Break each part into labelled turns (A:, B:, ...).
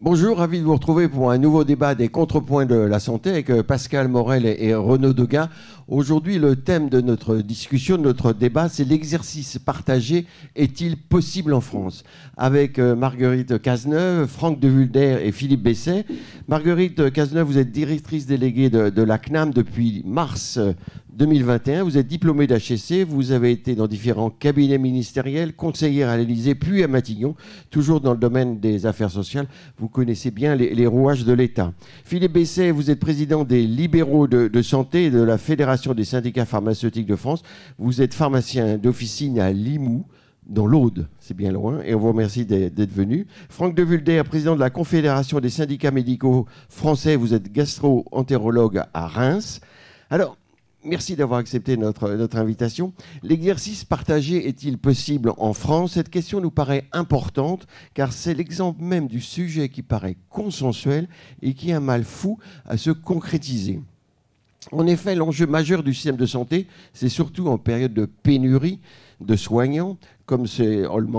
A: Bonjour, ravi de vous retrouver pour un nouveau débat des contrepoints de la santé avec Pascal Morel et Renaud Degas. Aujourd'hui, le thème de notre discussion, de notre débat, c'est l'exercice partagé est-il possible en France? Avec Marguerite Cazeneuve, Franck de Vulder et Philippe Besset. Marguerite Cazeneuve, vous êtes directrice déléguée de la CNAM depuis mars 2021. Vous êtes diplômée d'HEC, vous avez été dans différents cabinets ministériels, conseillère à l'Élysée, puis à Matignon, toujours dans le domaine des affaires sociales. Vous connaissez bien les rouages de l'État. Philippe Besset, vous êtes président des libéraux de santé et de la Fédération des syndicats pharmaceutiques de France. Vous êtes pharmacien d'officine à Limoux, dans l'Aude, c'est bien loin, et on vous remercie d'être venu. Franck de Vulder, président de la Confédération des syndicats médicaux français, vous êtes gastro-entérologue à Reims. Alors, merci d'avoir accepté notre invitation. L'exercice partagé est-il possible en France? Cette question nous paraît importante car c'est l'exemple même du sujet qui paraît consensuel et qui a un mal fou à se concrétiser. En effet, l'enjeu majeur du système de santé, c'est surtout en période de pénurie de soignants, comme c'est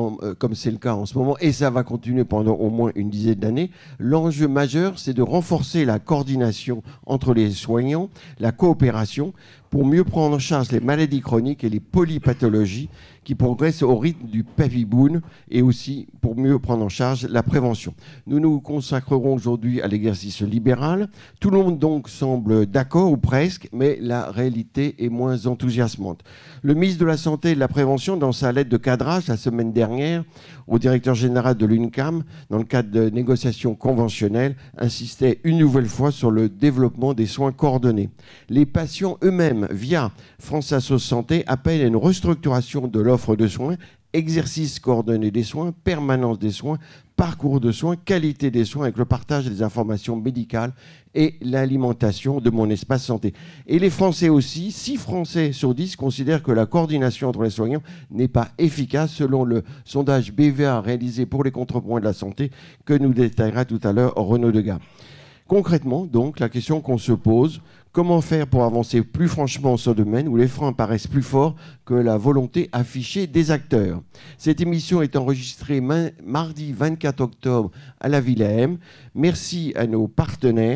A: le cas en ce moment, et ça va continuer pendant au moins une dizaine d'années. L'enjeu majeur, c'est de renforcer la coordination entre les soignants, la coopération, pour mieux prendre en charge les maladies chroniques et les polypathologies qui progressent au rythme du papy-boom et aussi pour mieux prendre en charge la prévention. Nous nous consacrerons aujourd'hui à l'exercice libéral. Tout le monde donc semble d'accord ou presque, mais la réalité est moins enthousiasmante. Le ministre de la Santé et de la Prévention, dans sa lettre de cadrage la semaine dernière au directeur général de l'UNCAM, dans le cadre de négociations conventionnelles, insistait une nouvelle fois sur le développement des soins coordonnés. Les patients eux-mêmes, via France Assos Santé, appellent à une restructuration de l'offre de soins, exercice coordonné des soins, permanence des soins, parcours de soins, qualité des soins avec le partage des informations médicales et l'alimentation de mon espace santé. Et les Français aussi, 6 Français sur 10 considèrent que la coordination entre les soignants n'est pas efficace selon le sondage BVA réalisé pour les contrepoints de la santé que nous détaillera tout à l'heure Renaud Degas. Concrètement, donc, la question qu'on se pose, comment faire pour avancer plus franchement en ce domaine où les freins paraissent plus forts que la volonté affichée des acteurs? Cette émission est enregistrée mardi 24 octobre à la Villa M. Merci à nos partenaires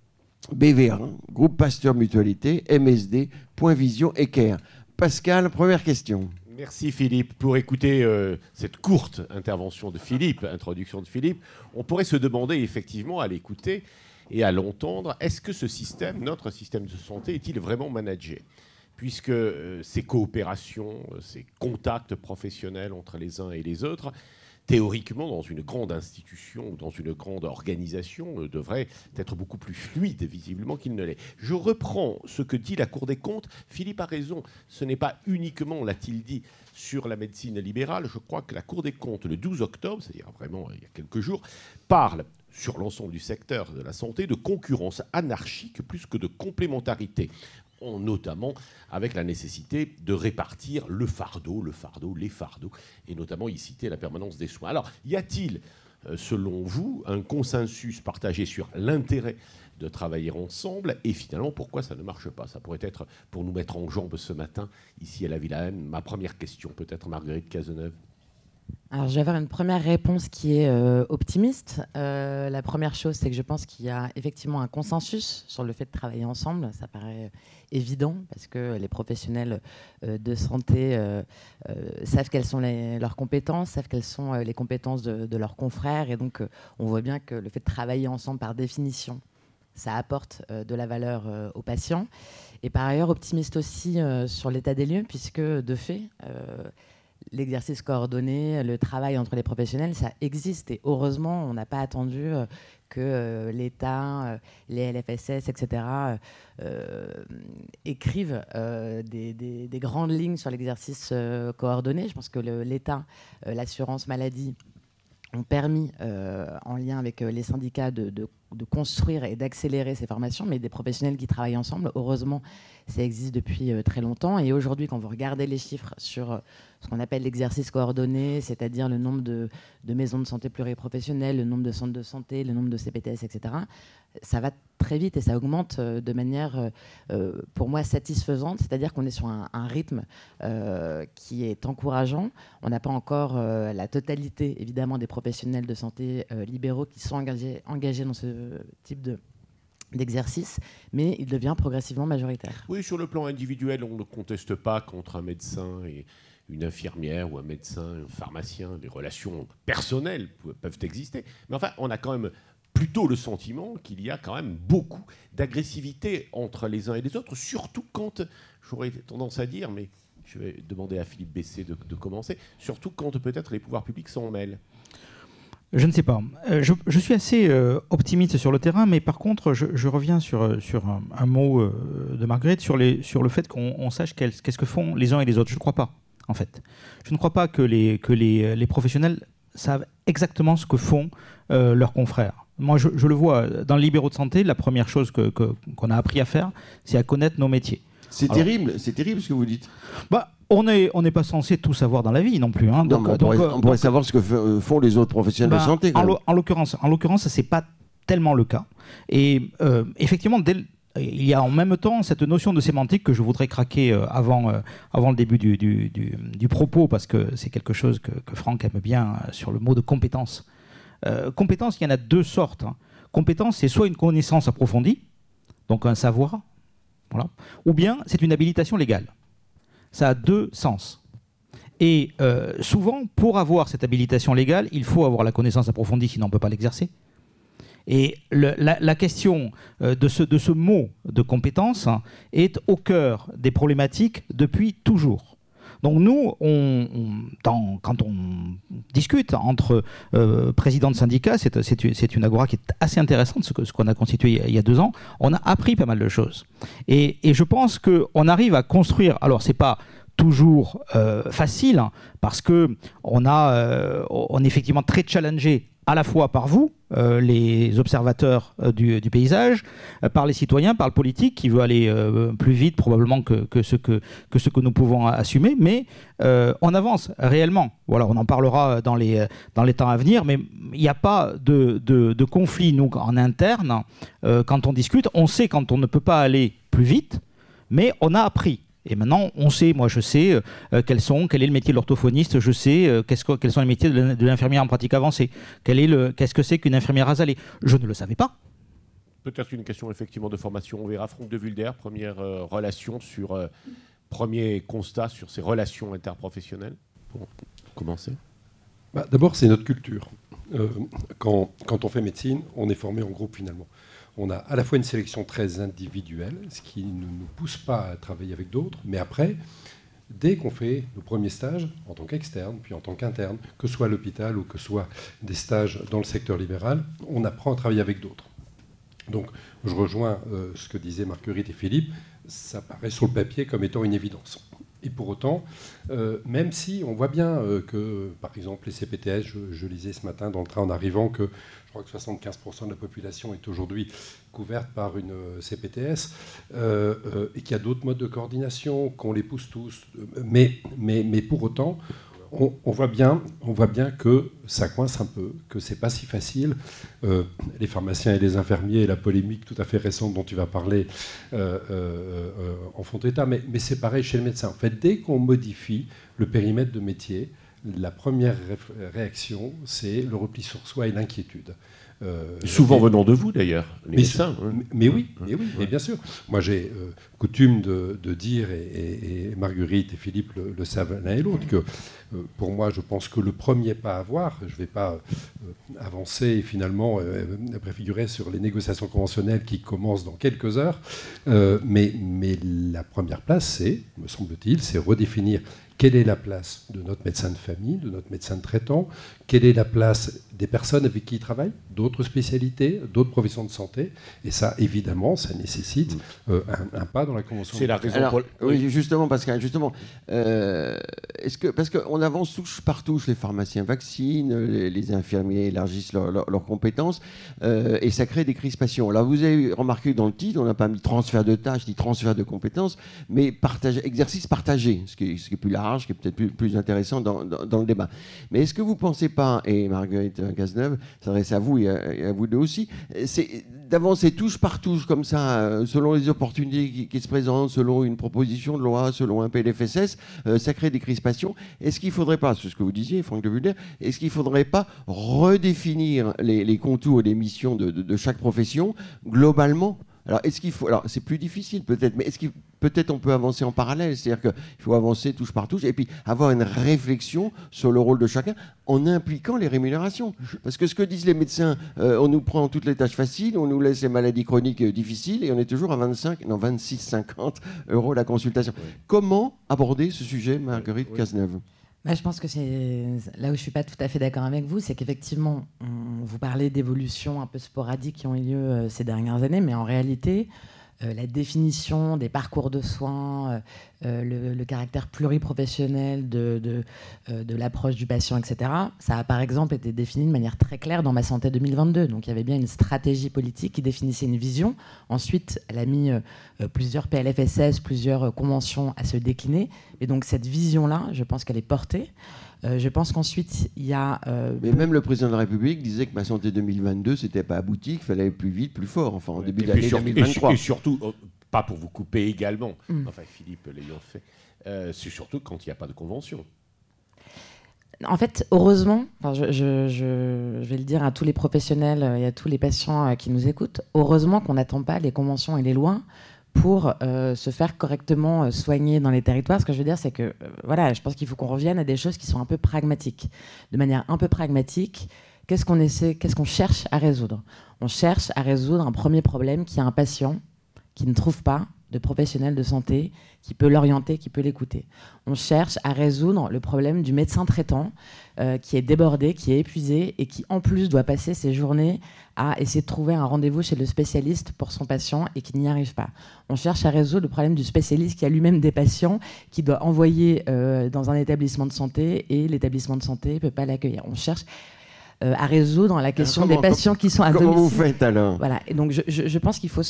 A: BVA, Groupe Pasteur Mutualité, MSD, Point Vision et CARE. Pascal, première question.
B: Merci Philippe. Pour écouter cette courte intervention de Philippe, introduction de Philippe, on pourrait se demander effectivement à l'écouter et à l'entendre, est-ce que ce système, notre système de santé, est-il vraiment managé? Puisque ces coopérations, ces contacts professionnels entre les uns et les autres, théoriquement, dans une grande institution ou dans une grande organisation, devraient être beaucoup plus fluides, visiblement, qu'il ne l'est. Je reprends ce que dit la Cour des comptes. Philippe a raison, ce n'est pas uniquement, l'a-t-il dit, sur la médecine libérale. Je crois que la Cour des comptes, le 12 octobre, c'est-à-dire vraiment il y a quelques jours, parle sur l'ensemble du secteur de la santé de concurrence anarchique plus que de complémentarité, notamment avec la nécessité de répartir les fardeaux, et notamment y citer la permanence des soins. Alors, y a-t-il, selon vous, un consensus partagé sur l'intérêt de travailler ensemble et finalement, pourquoi ça ne marche pas? Ça pourrait être pour nous mettre en jambes ce matin, ici à la Villa M. Ma première question, peut-être Marguerite Cazeneuve.
C: Alors, je vais avoir une première réponse qui est optimiste. La première chose, c'est que je pense qu'il y a effectivement un consensus sur le fait de travailler ensemble. Ça paraît évident parce que les professionnels de santé savent quelles sont leurs compétences, savent quelles sont les compétences de leurs confrères. Et donc, on voit bien que le fait de travailler ensemble, par définition, ça apporte de la valeur aux patients. Et par ailleurs, optimiste aussi sur l'état des lieux, puisque de fait... l'exercice coordonné, le travail entre les professionnels, ça existe. Et heureusement, on n'a pas attendu que l'État, les LFSS, etc., écrivent des grandes lignes sur l'exercice coordonné. Je pense que l'État, l'assurance maladie, ont permis, en lien avec les syndicats, de construire et d'accélérer ces formations, mais des professionnels qui travaillent ensemble. Heureusement, ça existe depuis très longtemps. Et aujourd'hui, quand vous regardez les chiffres sur ce qu'on appelle l'exercice coordonné, c'est-à-dire le nombre de maisons de santé pluriprofessionnelles, le nombre de centres de santé, le nombre de CPTS, etc., ça va très vite et ça augmente de manière, pour moi, satisfaisante. C'est-à-dire qu'on est sur un rythme qui est encourageant. On n'a pas encore la totalité, évidemment, des professionnels de santé libéraux qui sont engagés dans ce type d'exercice, mais il devient progressivement majoritaire.
B: Oui, sur le plan individuel, on ne conteste pas qu'entre un médecin et une infirmière ou un médecin, un pharmacien, des relations personnelles peuvent exister. Mais enfin, on a quand même plutôt le sentiment qu'il y a quand même beaucoup d'agressivité entre les uns et les autres, surtout quand, j'aurais tendance à dire, mais je vais demander à Philippe Bessé de commencer, surtout quand peut-être les pouvoirs publics s'en mêlent.
D: Je ne sais pas. Je suis assez optimiste sur le terrain, mais par contre, je reviens sur un mot de Marguerite, sur le fait qu'on sache qu'est-ce que font les uns et les autres. Je ne crois pas, en fait. Je ne crois pas que les professionnels savent exactement ce que font leurs confrères. Moi, je le vois, dans le libéraux de santé, la première chose qu'on a appris à faire, c'est à connaître nos métiers.
A: C'est terrible ce que vous dites.
D: On n'est pas censé tout savoir dans la vie non plus. Hein.
A: On pourrait savoir ce que font les autres professionnels de santé.
D: En l'occurrence, ce n'est pas tellement le cas. Et effectivement, il y a en même temps cette notion de sémantique que je voudrais craquer avant le début du propos, parce que c'est quelque chose que Franck aime bien sur le mot de compétence. Compétence, il y en a deux sortes. Hein. Compétence, c'est soit une connaissance approfondie, donc un savoir, voilà, ou bien c'est une habilitation légale. Ça a deux sens. Et souvent, pour avoir cette habilitation légale, il faut avoir la connaissance approfondie, sinon on ne peut pas l'exercer. Et la question de ce mot de compétence est au cœur des problématiques depuis toujours. Donc nous, quand on discute entre présidents de syndicats, c'est une agora qui est assez intéressante, ce qu'on a constitué il y a 2 ans, on a appris pas mal de choses. Et je pense qu'on arrive à construire, alors c'est pas toujours facile, hein, parce qu'on est effectivement très challengé à la fois par vous, les observateurs du paysage, par les citoyens, par le politique qui veut aller plus vite probablement que ce que nous pouvons assumer, mais on avance réellement. Voilà, on en parlera dans les temps à venir, mais il n'y a pas de conflit, nous, en interne. Quand on discute, on sait quand on ne peut pas aller plus vite, mais on a appris. Et maintenant, on sait, moi je sais quel est le métier de l'orthophoniste, je sais quels sont les métiers de l'infirmière en pratique avancée, qu'est-ce que c'est qu'une infirmière asalée. Je ne le savais pas.
B: Peut-être une question effectivement de formation. On verra Franck de Vulder, première relation premier constat sur ces relations interprofessionnelles, pour commencer.
E: D'abord, c'est notre culture. Quand on fait médecine, on est formé en groupe finalement. On a à la fois une sélection très individuelle, ce qui ne nous pousse pas à travailler avec d'autres, mais après, dès qu'on fait nos premiers stages en tant qu'externe, puis en tant qu'interne, que ce soit à l'hôpital ou que ce soit des stages dans le secteur libéral, on apprend à travailler avec d'autres. Donc je rejoins ce que disaient Marguerite et Philippe, ça paraît sur le papier comme étant une évidence. Et pour autant, même si on voit bien que, par exemple, les CPTS, je lisais ce matin dans le train en arrivant que je crois que 75% de la population est aujourd'hui couverte par une CPTS, et qu'il y a d'autres modes de coordination, qu'on les pousse tous. Mais pour autant, on voit bien que ça coince un peu, que c'est pas si facile. Les pharmaciens et les infirmiers, et la polémique tout à fait récente dont tu vas parler en font état, mais c'est pareil chez le médecin. En fait, dès qu'on modifie le périmètre de métier, la première réaction, c'est le repli sur soi et l'inquiétude.
B: Souvent venant de vous d'ailleurs, les médecins.
E: Mais bien sûr. Moi j'ai coutume de dire, et Marguerite et Philippe le savent l'un et l'autre, que pour moi je pense que le premier pas à avoir, je ne vais pas avancer et finalement préfigurer sur les négociations conventionnelles qui commencent dans quelques heures, mais la première place, c'est, me semble-t-il, c'est redéfinir quelle est la place de notre médecin de famille, de notre médecin de traitant, quelle est la place des personnes avec qui ils travaillent, d'autres spécialités, d'autres professions de santé. Et ça, évidemment, ça nécessite un pas dans la Convention.
B: C'est la raison
A: Alors,
B: pour...
A: oui, justement, Pascal, justement, parce qu'on avance touche par touche, les pharmaciens vaccinent, les infirmiers élargissent leurs compétences, et ça crée des crispations. Alors, vous avez remarqué dans le titre, on n'a pas mis transfert de tâches ni transfert de compétences, mais exercice partagé, ce qui est plus large, ce qui est peut-être plus intéressant dans le débat. Mais est-ce que vous ne pensez pas, et Marguerite Cazeneuve, ça s'adresse à vous et à vous deux aussi, c'est d'avancer touche par touche comme ça, selon les opportunités qui se présentent, selon une proposition de loi, selon un PLFSS, ça crée des crispations. Est-ce qu'il ne faudrait pas, c'est ce que vous disiez, Franck de Vulder, est-ce qu'il ne faudrait pas redéfinir les contours et les missions de chaque profession globalement ? Alors, est-ce qu'il faut... Alors, c'est plus difficile peut-être, mais est-ce qu'il peut-être on peut avancer en parallèle, c'est-à-dire qu'il faut avancer touche par touche et puis avoir une réflexion sur le rôle de chacun en impliquant les rémunérations. Parce que ce que disent les médecins, on nous prend toutes les tâches faciles, on nous laisse les maladies chroniques difficiles et on est toujours à 26,50 € la consultation. Oui. Comment aborder ce sujet, Marguerite Cazeneuve ?
C: Je pense que c'est là où je ne suis pas tout à fait d'accord avec vous, c'est qu'effectivement, vous parlez d'évolutions un peu sporadiques qui ont eu lieu ces dernières années, mais en réalité, la définition des parcours de soins, le caractère pluriprofessionnel de l'approche du patient, etc., ça a par exemple été défini de manière très claire dans Ma Santé 2022. Donc il y avait bien une stratégie politique qui définissait une vision. Ensuite, elle a mis plusieurs PLFSS, plusieurs conventions à se décliner. Et donc cette vision-là, je pense qu'elle est portée. Je pense qu'ensuite, il y a...
A: Mais même le président de la République disait que Ma Santé 2022, c'était pas abouti, qu'il fallait aller plus vite, plus fort, enfin, en début d'année 2023.
B: Et surtout, pas pour vous couper également, enfin Philippe l'ayant fait, c'est surtout quand il n'y a pas de convention.
C: En fait, heureusement, je vais le dire à tous les professionnels et à tous les patients qui nous écoutent, heureusement qu'on n'attend pas les conventions et les lois pour se faire correctement soigner dans les territoires. Ce que je veux dire, c'est que voilà, je pense qu'il faut qu'on revienne à des choses qui sont un peu pragmatiques. De manière un peu pragmatique, qu'est-ce qu'on cherche à résoudre ? On cherche à résoudre un premier problème qui est un patient qui ne trouve pas de professionnel de santé qui peut l'orienter, qui peut l'écouter. On cherche à résoudre le problème du médecin traitant qui est débordé, qui est épuisé et qui en plus doit passer ses journées à essayer de trouver un rendez-vous chez le spécialiste pour son patient et qui n'y arrive pas. On cherche à résoudre le problème du spécialiste qui a lui-même des patients qui doit envoyer dans un établissement de santé et l'établissement de santé ne peut pas l'accueillir. On cherche à résoudre la question des patients qui sont à domicile.
A: Comment vous faites alors ?
C: Voilà. Et donc je pense qu'il faut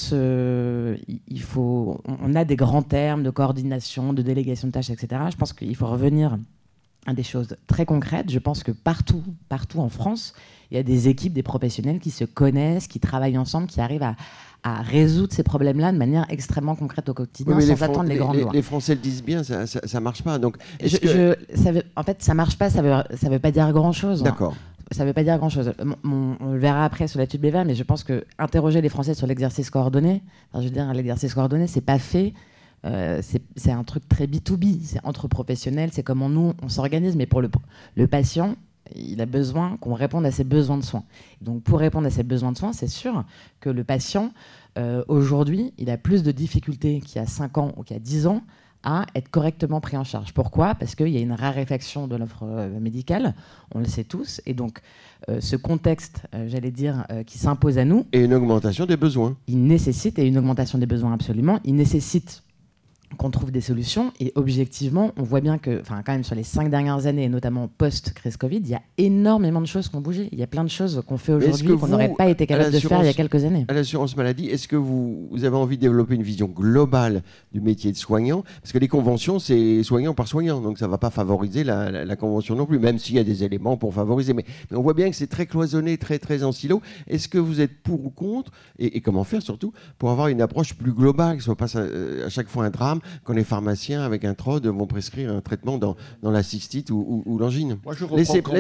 C: on a des grands termes de coordination, de délégation de tâches, etc. Je pense qu'il faut revenir à des choses très concrètes. Je pense que partout en France, il y a des équipes, des professionnels qui se connaissent, qui travaillent ensemble, qui arrivent à résoudre ces problèmes-là de manière extrêmement concrète au quotidien, oui, sans attendre les grandes lois.
A: Les Français le disent bien, ça marche pas. Donc,
C: en fait, ça marche pas, ça veut pas dire grand-chose.
A: D'accord.
C: Ça ne veut pas dire grand-chose. On le verra après sur l'étude BVA, mais je pense que interroger les Français sur l'exercice coordonné, l'exercice coordonné, c'est pas fait. C'est un truc très B2B, c'est entre professionnels, c'est comment nous, on s'organise. Mais pour le patient, il a besoin qu'on réponde à ses besoins de soins. Donc pour répondre à ses besoins de soins, c'est sûr que le patient, aujourd'hui, il a plus de difficultés qu'il y a 5 ans ou qu'il y a 10 ans à être correctement pris en charge. Pourquoi ? Parce qu'il y a une raréfaction de l'offre médicale, on le sait tous, et donc ce contexte, qui s'impose à nous...
A: Et une augmentation des besoins.
C: Il nécessite, et une augmentation des besoins absolument, il nécessite qu'on trouve des solutions, et objectivement, on voit bien que, quand même sur les 5 dernières années, et notamment post-crise Covid, il y a énormément de choses qui ont bougé. Il y a plein de choses qu'on fait aujourd'hui qu'on n'aurait pas été capable de faire il y a quelques années.
A: À l'assurance maladie, est-ce que vous avez envie de développer une vision globale du métier de soignant ? Parce que les conventions, c'est soignant par soignant, donc ça ne va pas favoriser la convention non plus, même s'il y a des éléments pour favoriser. Mais on voit bien que c'est très cloisonné, très, très en silo. Est-ce que vous êtes pour ou contre, et comment faire surtout, pour avoir une approche plus globale, que ce ne soit pas à chaque fois un drame quand les pharmaciens avec un TROD vont prescrire un traitement dans la cystite ou l'angine.
B: Moi, je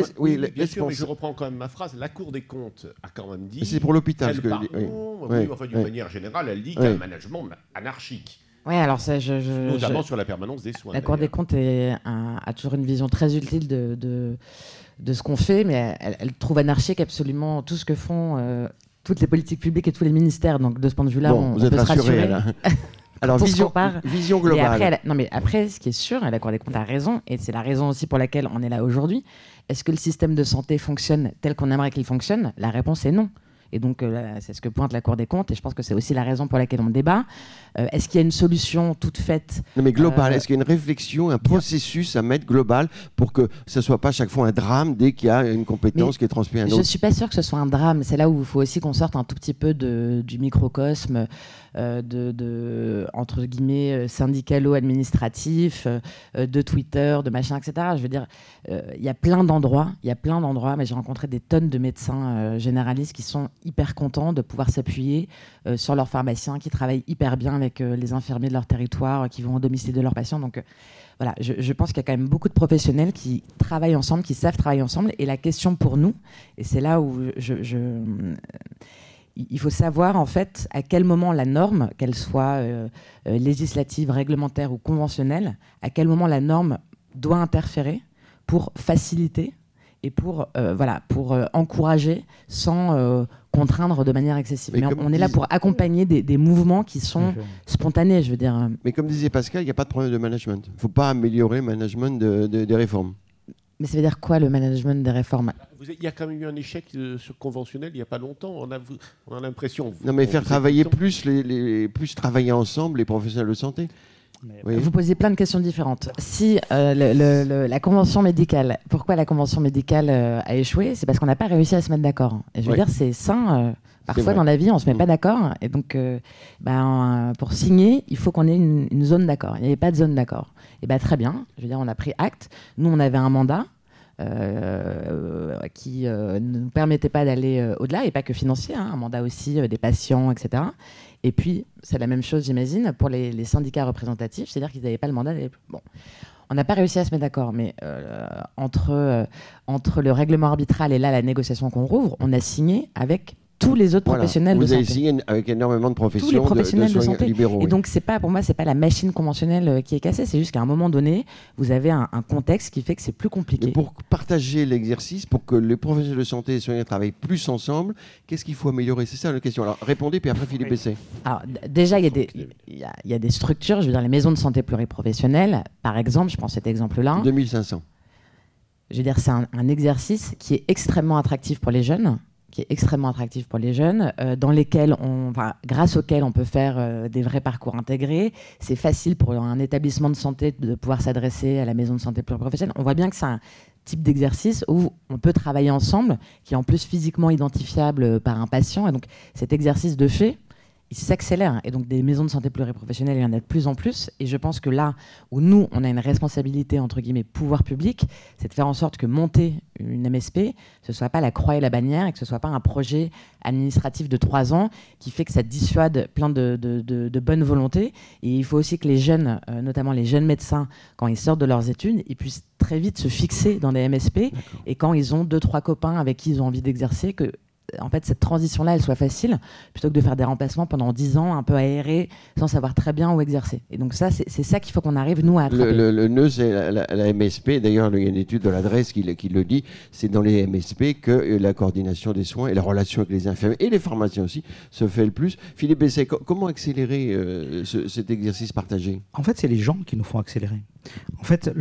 B: reprends quand même ma phrase. La Cour des comptes a quand même dit...
A: C'est pour l'hôpital.
B: D'une manière générale, elle dit qu'il y a un management anarchique.
C: Oui, alors
B: notamment sur la permanence des soins.
C: La Cour des comptes a toujours une vision très utile de ce qu'on fait, mais elle trouve anarchique absolument tout ce que font toutes les politiques publiques et tous les ministères. Donc de ce point de vue-là, on peut se rassurer.
A: Alors,
C: Quand on se
A: vision
C: compare. Et
A: globale.
C: après, ce qui est sûr, et la Cour des comptes a raison, et c'est la raison aussi pour laquelle on est là aujourd'hui, est-ce que le système de santé fonctionne tel qu'on aimerait qu'il fonctionne? La réponse est non. Et donc, c'est ce que pointe la Cour des comptes, et je pense que c'est aussi la raison pour laquelle on débat. Est-ce qu'il y a une solution toute faite?
A: Non, mais global, est-ce qu'il y a une réflexion, un processus à mettre global pour que ce ne soit pas chaque fois un drame dès qu'il y a une compétence qui est transmise à un autre?
C: Je ne suis pas sûre que ce soit un drame. C'est là où il faut aussi qu'on sorte un tout petit peu du microcosme, entre guillemets, syndicalo-administratif, de Twitter, de machin, etc. Je veux dire, il y a plein d'endroits, mais j'ai rencontré des tonnes de médecins généralistes qui sont hyper contents de pouvoir s'appuyer sur leurs pharmaciens, qui travaillent hyper bien avec les infirmiers de leur territoire, qui vont au domicile de leurs patients. Donc voilà, je pense qu'il y a quand même beaucoup de professionnels qui travaillent ensemble, qui savent travailler ensemble. Et la question pour nous, et c'est là où il faut savoir en fait à quel moment la norme, qu'elle soit législative, réglementaire ou conventionnelle, à quel moment la norme doit interférer pour faciliter et pour encourager sans contraindre de manière excessive. Mais on est là pour accompagner des mouvements qui sont spontanés, je veux dire.
A: Mais comme disait Pascal, il n'y a pas de problème de management. Il ne faut pas améliorer le management des réformes.
C: Mais ça veut dire quoi, le management des réformes?
B: Il y a quand même eu un échec sur conventionnel il n'y a pas longtemps. On a l'impression...
A: Non, mais faire travailler plus travailler ensemble les professionnels de santé.
C: Oui. Vous posez plein de questions différentes. Si la convention médicale, pourquoi la convention médicale a échoué? C'est parce qu'on n'a pas réussi à se mettre d'accord. Et je veux dire, c'est sain. Parfois, dans la vie, on ne se met pas d'accord. Et donc, pour signer, il faut qu'on ait une zone d'accord. Il n'y avait pas de zone d'accord. Et très bien. Je veux dire, on a pris acte. Nous, on avait un mandat qui ne nous permettait pas d'aller au-delà, et pas que financier, un mandat aussi des patients, etc. Et puis, c'est la même chose, j'imagine, pour les syndicats représentatifs, c'est-à-dire qu'ils n'avaient pas le mandat d'aller plus. Bon. On n'a pas réussi à se mettre d'accord, mais entre le règlement arbitral et là, la négociation qu'on rouvre, on a signé avec tous les autres professionnels de santé. Vous avez signé
A: avec énormément de professions,
C: tous les professionnels de santé.
A: Libéraux,
C: et donc, pour moi, c'est pas la machine conventionnelle qui est cassée, c'est juste qu'à un moment donné, vous avez un contexte qui fait que c'est plus compliqué.
A: Mais pour partager l'exercice, pour que les professionnels de santé et les soignants travaillent plus ensemble, qu'est-ce qu'il faut améliorer? C'est ça la question. Alors, répondez, puis après, Philippe Besset.
C: Alors, déjà, il y a des structures, je veux dire, les maisons de santé pluriprofessionnelles, par exemple, je prends cet exemple-là.
A: 2500.
C: Je veux dire, c'est un exercice qui est extrêmement attractif pour les jeunes, dans lesquels grâce auxquels on peut faire des vrais parcours intégrés. C'est facile pour un établissement de santé de pouvoir s'adresser à la maison de santé pluriprofessionnelle. On voit bien que c'est un type d'exercice où on peut travailler ensemble, qui est en plus physiquement identifiable par un patient. Et donc cet exercice de fait, il s'accélère. Et donc des maisons de santé pluriprofessionnelles, il y en a de plus en plus. Et je pense que là où nous, on a une responsabilité, entre guillemets, pouvoir public, c'est de faire en sorte que monter une MSP, ce ne soit pas la croix et la bannière, et que ce ne soit pas un projet administratif de 3 ans qui fait que ça dissuade plein de bonnes volontés. Et il faut aussi que les jeunes, notamment les jeunes médecins, quand ils sortent de leurs études, ils puissent très vite se fixer dans des MSP. Et quand ils ont 2-3 copains avec qui ils ont envie d'exercer, que en fait, cette transition-là, elle soit facile, plutôt que de faire des remplacements pendant 10 ans, un peu aérés, sans savoir très bien où exercer. Et donc ça, c'est ça qu'il faut qu'on arrive, nous, à attraper.
A: Le nœud, c'est la MSP. D'ailleurs, il y a une étude de l'adresse qui le dit. C'est dans les MSP que la coordination des soins et la relation avec les infirmiers et les pharmaciens aussi se fait le plus. Philippe Besset, comment accélérer cet exercice partagé?
D: En fait, c'est les gens qui nous font accélérer. En fait,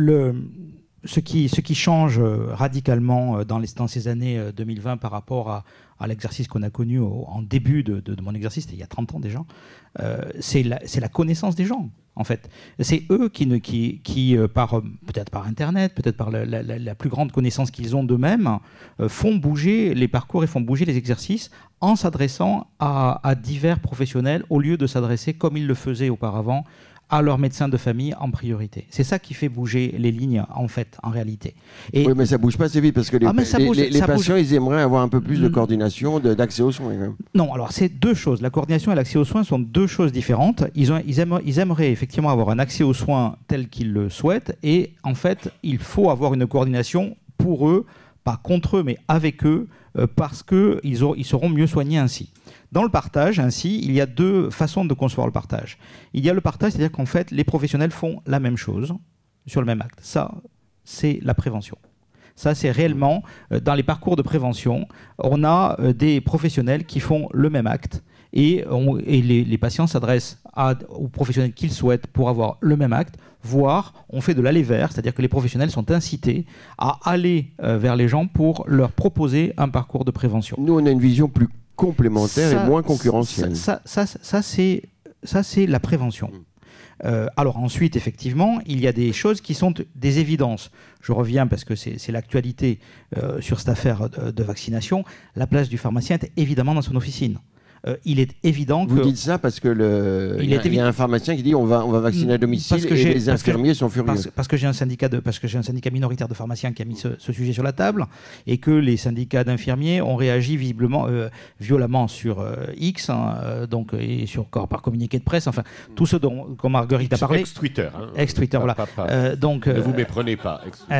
D: ce qui change radicalement dans ces années 2020 par rapport à l'exercice qu'on a connu en début de mon exercice, c'était il y a 30 ans déjà, c'est la connaissance des gens. En fait, c'est eux qui peut-être par Internet, peut-être par la plus grande connaissance qu'ils ont d'eux-mêmes, font bouger les parcours et font bouger les exercices en s'adressant à divers professionnels au lieu de s'adresser comme ils le faisaient auparavant à leur médecin de famille en priorité. C'est ça qui fait bouger les lignes, en fait, en réalité.
A: Oui, mais ça ne bouge pas assez vite, parce que les patients, ils aimeraient avoir un peu plus de coordination, d'accès aux soins.
D: Non, alors c'est deux choses. La coordination et l'accès aux soins sont deux choses différentes. Ils aimeraient effectivement avoir un accès aux soins tel qu'ils le souhaitent, et en fait, il faut avoir une coordination pour eux, pas contre eux, mais avec eux, parce qu'ils seront mieux soignés ainsi. Dans le partage, ainsi, il y a deux façons de concevoir le partage. Il y a le partage, c'est-à-dire qu'en fait, les professionnels font la même chose sur le même acte. Ça, c'est la prévention. Ça, c'est réellement, dans les parcours de prévention, on a des professionnels qui font le même acte et les patients s'adressent aux professionnels qu'ils souhaitent pour avoir le même acte, voire on fait de l'aller vers, c'est-à-dire que les professionnels sont incités à aller vers les gens pour leur proposer un parcours de prévention.
A: Nous, on a une vision plus complémentaire et moins concurrentielle.
D: Ça, c'est la prévention. Alors ensuite, effectivement, il y a des choses qui sont des évidences. Je reviens parce que c'est l'actualité sur cette affaire de vaccination. La place du pharmacien est évidemment dans son officine. Il est évident que...
A: Vous dites ça parce que il y a un pharmacien qui dit on va vacciner à domicile et les infirmiers sont furieux.
D: Parce que j'ai un syndicat minoritaire de pharmaciens qui a mis ce sujet sur la table et que les syndicats d'infirmiers ont réagi visiblement violemment sur X, et par communiqué de presse, enfin tout ce dont Marguerite a parlé.
B: Ex-Twitter.
D: Ex-Twitter, voilà.
B: Ne vous méprenez pas.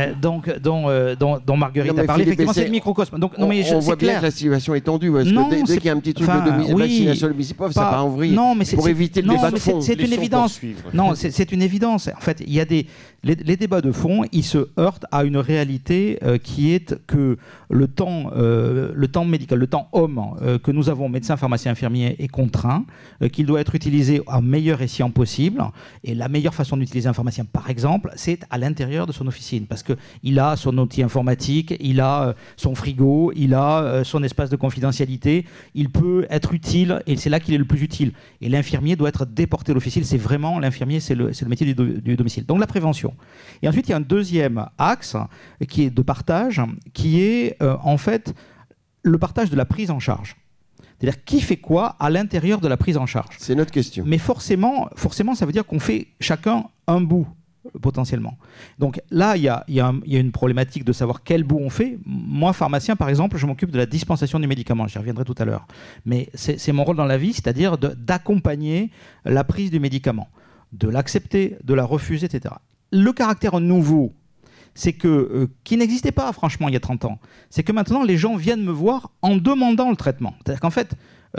D: Dont Marguerite a parlé, effectivement, c'est le microcosme. Donc,
A: on voit bien que la situation est tendue. Dès qu'il y a un petit truc de vaccination de domicile, ça part en vrille. Pour éviter le débat de fond.
D: C'est une évidence. Non, c'est une évidence. En fait, il y a les débats de fond, ils se heurtent à une réalité qui est que le temps médical, le temps homme que nous avons, médecins, pharmaciens, infirmiers, est contraint, qu'il doit être utilisé à meilleur escient possible. Et la meilleure façon d'utiliser un pharmacien, par exemple, c'est à l'intérieur de son officine, parce qu'il a son outil informatique, il a son frigo, il a son espace de confidentialité, il peut être utile, et c'est là qu'il est le plus utile. Et l'infirmier doit être déporté à l'officine. C'est vraiment l'infirmier, c'est le métier du domicile. Donc la prévention. Et ensuite, il y a un deuxième axe qui est de partage, qui est en fait le partage de la prise en charge. C'est-à-dire qui fait quoi à l'intérieur de la prise en charge.
A: C'est notre question.
D: Mais forcément, ça veut dire qu'on fait chacun un bout, potentiellement. Donc là, il y a une problématique de savoir quel bout on fait. Moi, pharmacien, par exemple, je m'occupe de la dispensation des médicaments. J'y reviendrai tout à l'heure. Mais c'est mon rôle dans la vie, c'est-à-dire d'accompagner la prise du médicament, de l'accepter, de la refuser, etc. Le caractère nouveau, c'est que, qui n'existait pas, franchement, il y a 30 ans, c'est que maintenant, les gens viennent me voir en demandant le traitement. C'est-à-dire qu'en fait,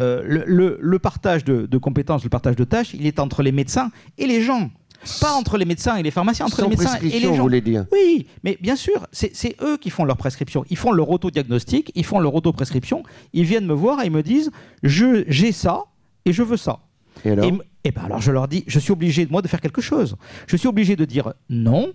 D: le partage de compétences, le partage de tâches, il est entre les médecins et les gens. Pas entre les médecins et les pharmaciens, entre les médecins et les gens.
A: Vous voulez dire.
D: Oui, mais bien sûr, c'est eux qui font leur prescription. Ils font leur autodiagnostic, ils font leur autoprescription. Ils viennent me voir et ils me disent j'ai ça et je veux ça.
A: Et alors
D: alors je leur dis, je suis obligé, moi, de faire quelque chose. Je suis obligé de dire non,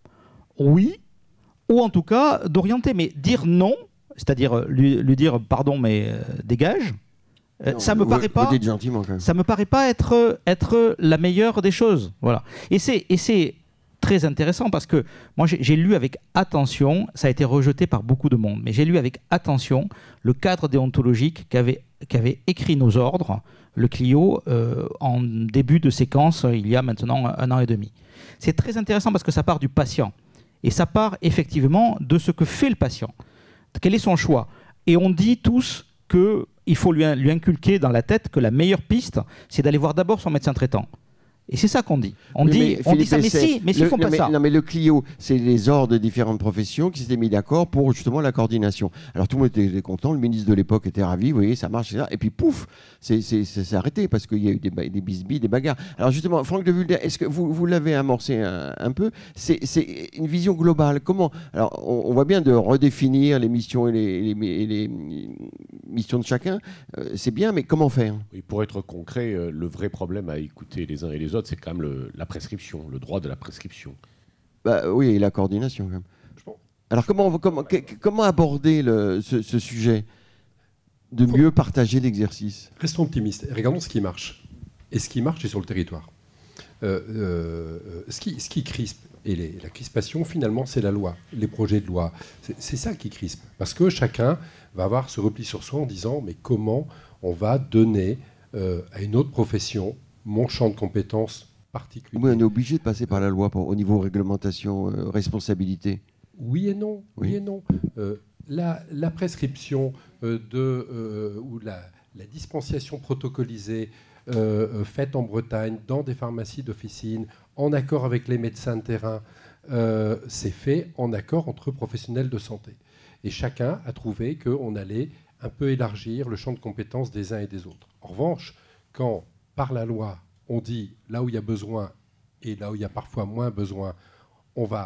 D: oui, ou en tout cas d'orienter. Mais dire non, c'est-à-dire lui dire pardon, mais dégage.
A: Non,
D: ça me paraît pas.
A: Vous dites gentiment quand même.
D: Ça me paraît pas être la meilleure des choses. Voilà. Et c'est très intéressant parce que moi j'ai lu avec attention. Ça a été rejeté par beaucoup de monde, mais j'ai lu avec attention le cadre déontologique qu'avait écrit nos ordres, le Clio, en début de séquence il y a maintenant 1 an et demi. C'est très intéressant parce que ça part du patient et ça part effectivement de ce que fait le patient. Quel est son choix? Et on dit tous qu'il faut lui inculquer dans la tête que la meilleure piste, c'est d'aller voir d'abord son médecin traitant. Et c'est ça qu'on dit. On dit ça, mais s'ils font pas ça.
A: Non, mais le Clio, c'est les ordres de différentes professions qui s'étaient mis d'accord pour justement la coordination. Alors tout le monde était content, le ministre de l'époque était ravi, vous voyez, ça marche, etc. Et puis pouf, c'est arrêté parce qu'il y a eu des bisbilles, des bagarres. Alors justement, Franck de Vulder, est-ce que vous l'avez amorcé un peu? C'est une vision globale. Comment? Alors on voit bien de redéfinir les missions et les missions de chacun, c'est bien, mais comment faire?
B: Et pour être concret, le vrai problème à écouter les uns et les autres, c'est quand même la prescription, le droit de la prescription.
A: Oui, et la coordination quand même. Alors comment aborder ce sujet de mieux partager l'exercice?
E: Restons optimistes et regardons ce qui marche. Et ce qui marche, c'est sur le territoire. Ce qui crispe, et la crispation, finalement, c'est la loi, les projets de loi. C'est ça qui crispe. Parce que chacun va avoir ce repli sur soi en disant mais comment on va donner à une autre profession mon champ de compétences particulier.
A: Oui, on est obligé de passer par la loi au niveau réglementation, responsabilité.
E: Oui et non. Oui et non. La prescription ou la dispensation protocolisée faite en Bretagne dans des pharmacies d'officine, en accord avec les médecins de terrain, c'est fait en accord entre professionnels de santé. Et chacun a trouvé qu'on allait un peu élargir le champ de compétences des uns et des autres. En revanche, quand par la loi, on dit là où il y a besoin et là où il y a parfois moins besoin, on va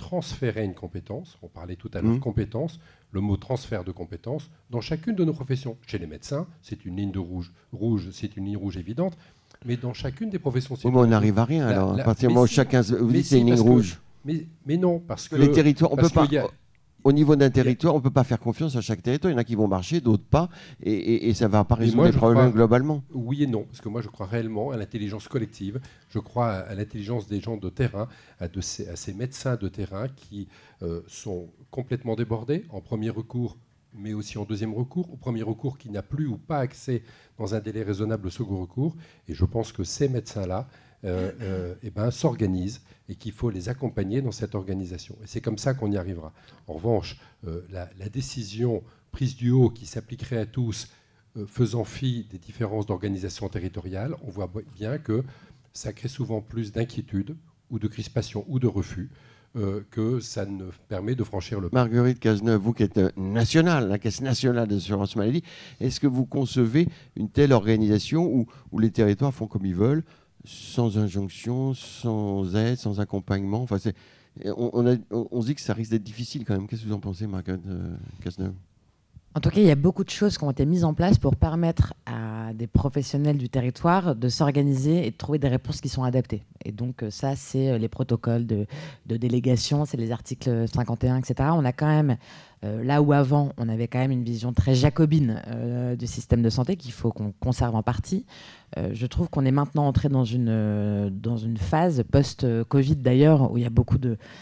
E: transférer une compétence. On parlait tout à l'heure de compétence, le mot transfert de compétences dans chacune de nos professions. Chez les médecins, c'est une ligne de rouge, c'est une ligne rouge évidente, mais dans chacune des professions...
A: mais on n'arrive à rien, alors, à partir du moment où chacun vous dit c'est une ligne rouge.
E: Mais non, parce que...
A: Les territoires, on peut pas... Au niveau d'un territoire, on ne peut pas faire confiance à chaque territoire. Il y en a qui vont marcher, d'autres pas. Et ça ne va pas résoudre les problèmes globalement.
E: Oui et non. Parce que moi, je crois réellement à l'intelligence collective. Je crois à l'intelligence des gens de terrain, à ces médecins de terrain qui sont complètement débordés en premier recours, mais aussi en deuxième recours. Au premier recours, qui n'a plus ou pas accès dans un délai raisonnable au second recours. Et je pense que ces médecins-là s'organisent et qu'il faut les accompagner dans cette organisation. Et c'est comme ça qu'on y arrivera. En revanche, la décision prise du haut qui s'appliquerait à tous, faisant fi des différences d'organisation territoriale, on voit bien que ça crée souvent plus d'inquiétude ou de crispation ou de refus que ça ne permet de franchir le pas.
A: Marguerite Cazeneuve, vous qui êtes nationale, la Caisse nationale d'assurance maladie, est-ce que vous concevez une telle organisation où les territoires font comme ils veulent, sans injonction, sans aide, sans accompagnement? Enfin, on se dit que ça risque d'être difficile quand même. Qu'est-ce que vous en pensez, Marguerite Cazeneuve?
C: En tout cas, il y a beaucoup de choses qui ont été mises en place pour permettre à des professionnels du territoire de s'organiser et de trouver des réponses qui sont adaptées. Et donc ça, c'est les protocoles de délégation, c'est les articles 51, etc. On a quand même, là où avant, on avait quand même une vision très jacobine du système de santé qu'il faut qu'on conserve en partie. Je trouve qu'on est maintenant entré dans une phase post-Covid d'ailleurs, où il y a beaucoup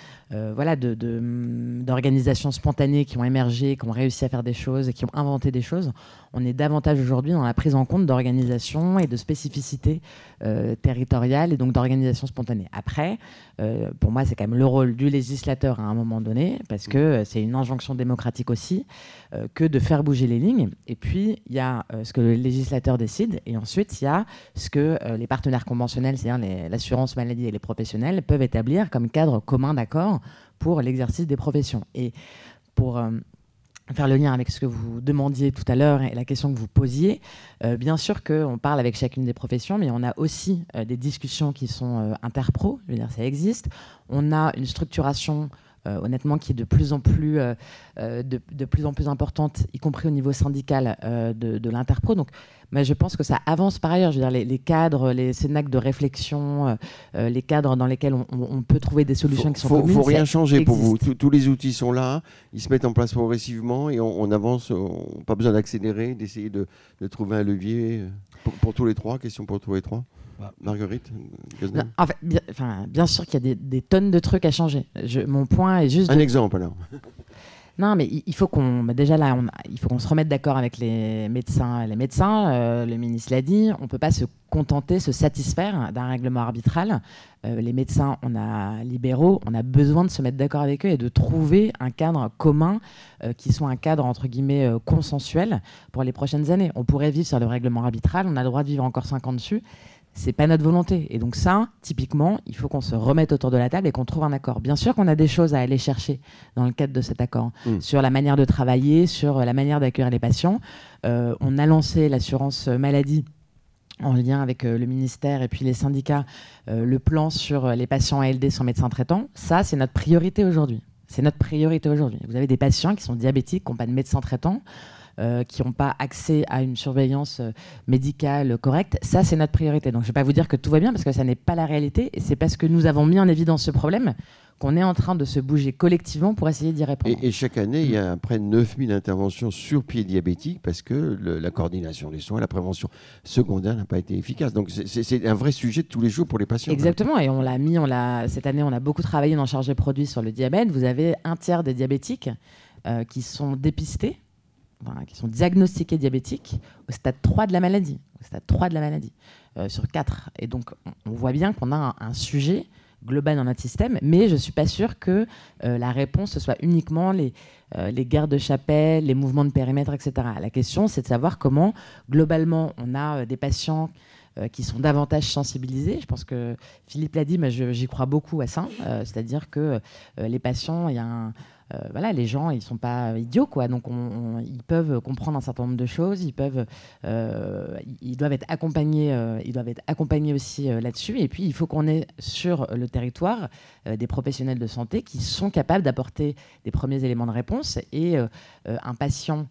C: d'organisations spontanées qui ont émergé, qui ont réussi à faire des choses, qui ont inventé des choses. On est davantage aujourd'hui dans la prise en compte d'organisations et de spécificités territoriales et donc d'organisations spontanées. Après, pour moi, c'est quand même le rôle du législateur à un moment donné, parce que c'est une injonction démocratique aussi, que de faire bouger les lignes. Et puis, il y a ce que le législateur décide, et ensuite, il y a ce que les partenaires conventionnels, c'est-à-dire l'assurance maladie et les professionnels, peuvent établir comme cadre commun d'accord pour l'exercice des professions. Et pour faire le lien avec ce que vous demandiez tout à l'heure et la question que vous posiez, bien sûr qu'on parle avec chacune des professions, mais on a aussi des discussions qui sont interpro, je veux dire, ça existe. On a une structuration honnêtement, qui est de plus en plus importante, y compris au niveau syndical de l'Interpro. Donc, mais je pense que ça avance par ailleurs. Je veux dire, les cadres, les cénacles de réflexion, les cadres dans lesquels on peut trouver des solutions qui sont communes.
A: Il ne faut rien changer pour vous. Tous les outils sont là, ils se mettent en place progressivement et on avance. Pas besoin d'accélérer, d'essayer de trouver un levier pour tous les trois. Question pour tous les trois. Marguerite
C: non, en fait, bien sûr qu'il y a des tonnes de trucs à changer. Mon point est juste...
A: Un exemple alors.
C: Non, mais il faut qu'on... Déjà là, il faut qu'on se remette d'accord avec les médecins. Le ministre l'a dit, on ne peut pas se contenter, se satisfaire d'un règlement arbitral. Les médecins, on a libéraux, on a besoin de se mettre d'accord avec eux et de trouver un cadre commun qui soit un cadre, entre guillemets, consensuel pour les prochaines années. On pourrait vivre sur le règlement arbitral, on a le droit de vivre encore 5 ans dessus. C'est pas notre volonté. Et donc ça, typiquement, il faut qu'on se remette autour de la table et qu'on trouve un accord. Bien sûr qu'on a des choses à aller chercher dans le cadre de cet accord, sur la manière de travailler, sur la manière d'accueillir les patients. On a lancé l'assurance maladie en lien avec le ministère et puis les syndicats, le plan sur les patients ALD sans médecin traitant. Ça, c'est notre priorité aujourd'hui. C'est notre priorité aujourd'hui. Vous avez des patients qui sont diabétiques, qui n'ont pas de médecin traitant, qui n'ont pas accès à une surveillance médicale correcte. Ça, c'est notre priorité. Donc, je ne vais pas vous dire que tout va bien, parce que ça n'est pas la réalité. Et c'est parce que nous avons mis en évidence ce problème qu'on est en train de se bouger collectivement pour essayer d'y répondre.
A: Et chaque année, il y a près de 9000 interventions sur pied diabétique parce que la coordination des soins, la prévention secondaire n'a pas été efficace. Donc, c'est un vrai sujet de tous les jours pour les patients.
C: Exactement. Et cette année, on a beaucoup travaillé dans Chargé Produit sur le diabète. Vous avez un tiers des diabétiques qui sont dépistés, qui sont diagnostiqués diabétiques au stade 3 de la maladie, sur 4. Et donc, on voit bien qu'on a un sujet global dans notre système, mais je ne suis pas sûre que la réponse, ce soit uniquement les guerres de chapelle, les mouvements de périmètre, etc. La question, c'est de savoir comment, globalement, on a des patients qui sont davantage sensibilisés. Je pense que Philippe l'a dit, mais j'y crois beaucoup à ça. C'est-à-dire que les patients, il y a voilà, les gens, ils sont pas idiots, quoi. Donc, ils peuvent comprendre un certain nombre de choses. Ils doivent être accompagnés aussi là-dessus. Et puis, il faut qu'on ait sur le territoire des professionnels de santé qui sont capables d'apporter des premiers éléments de réponse. Et un patient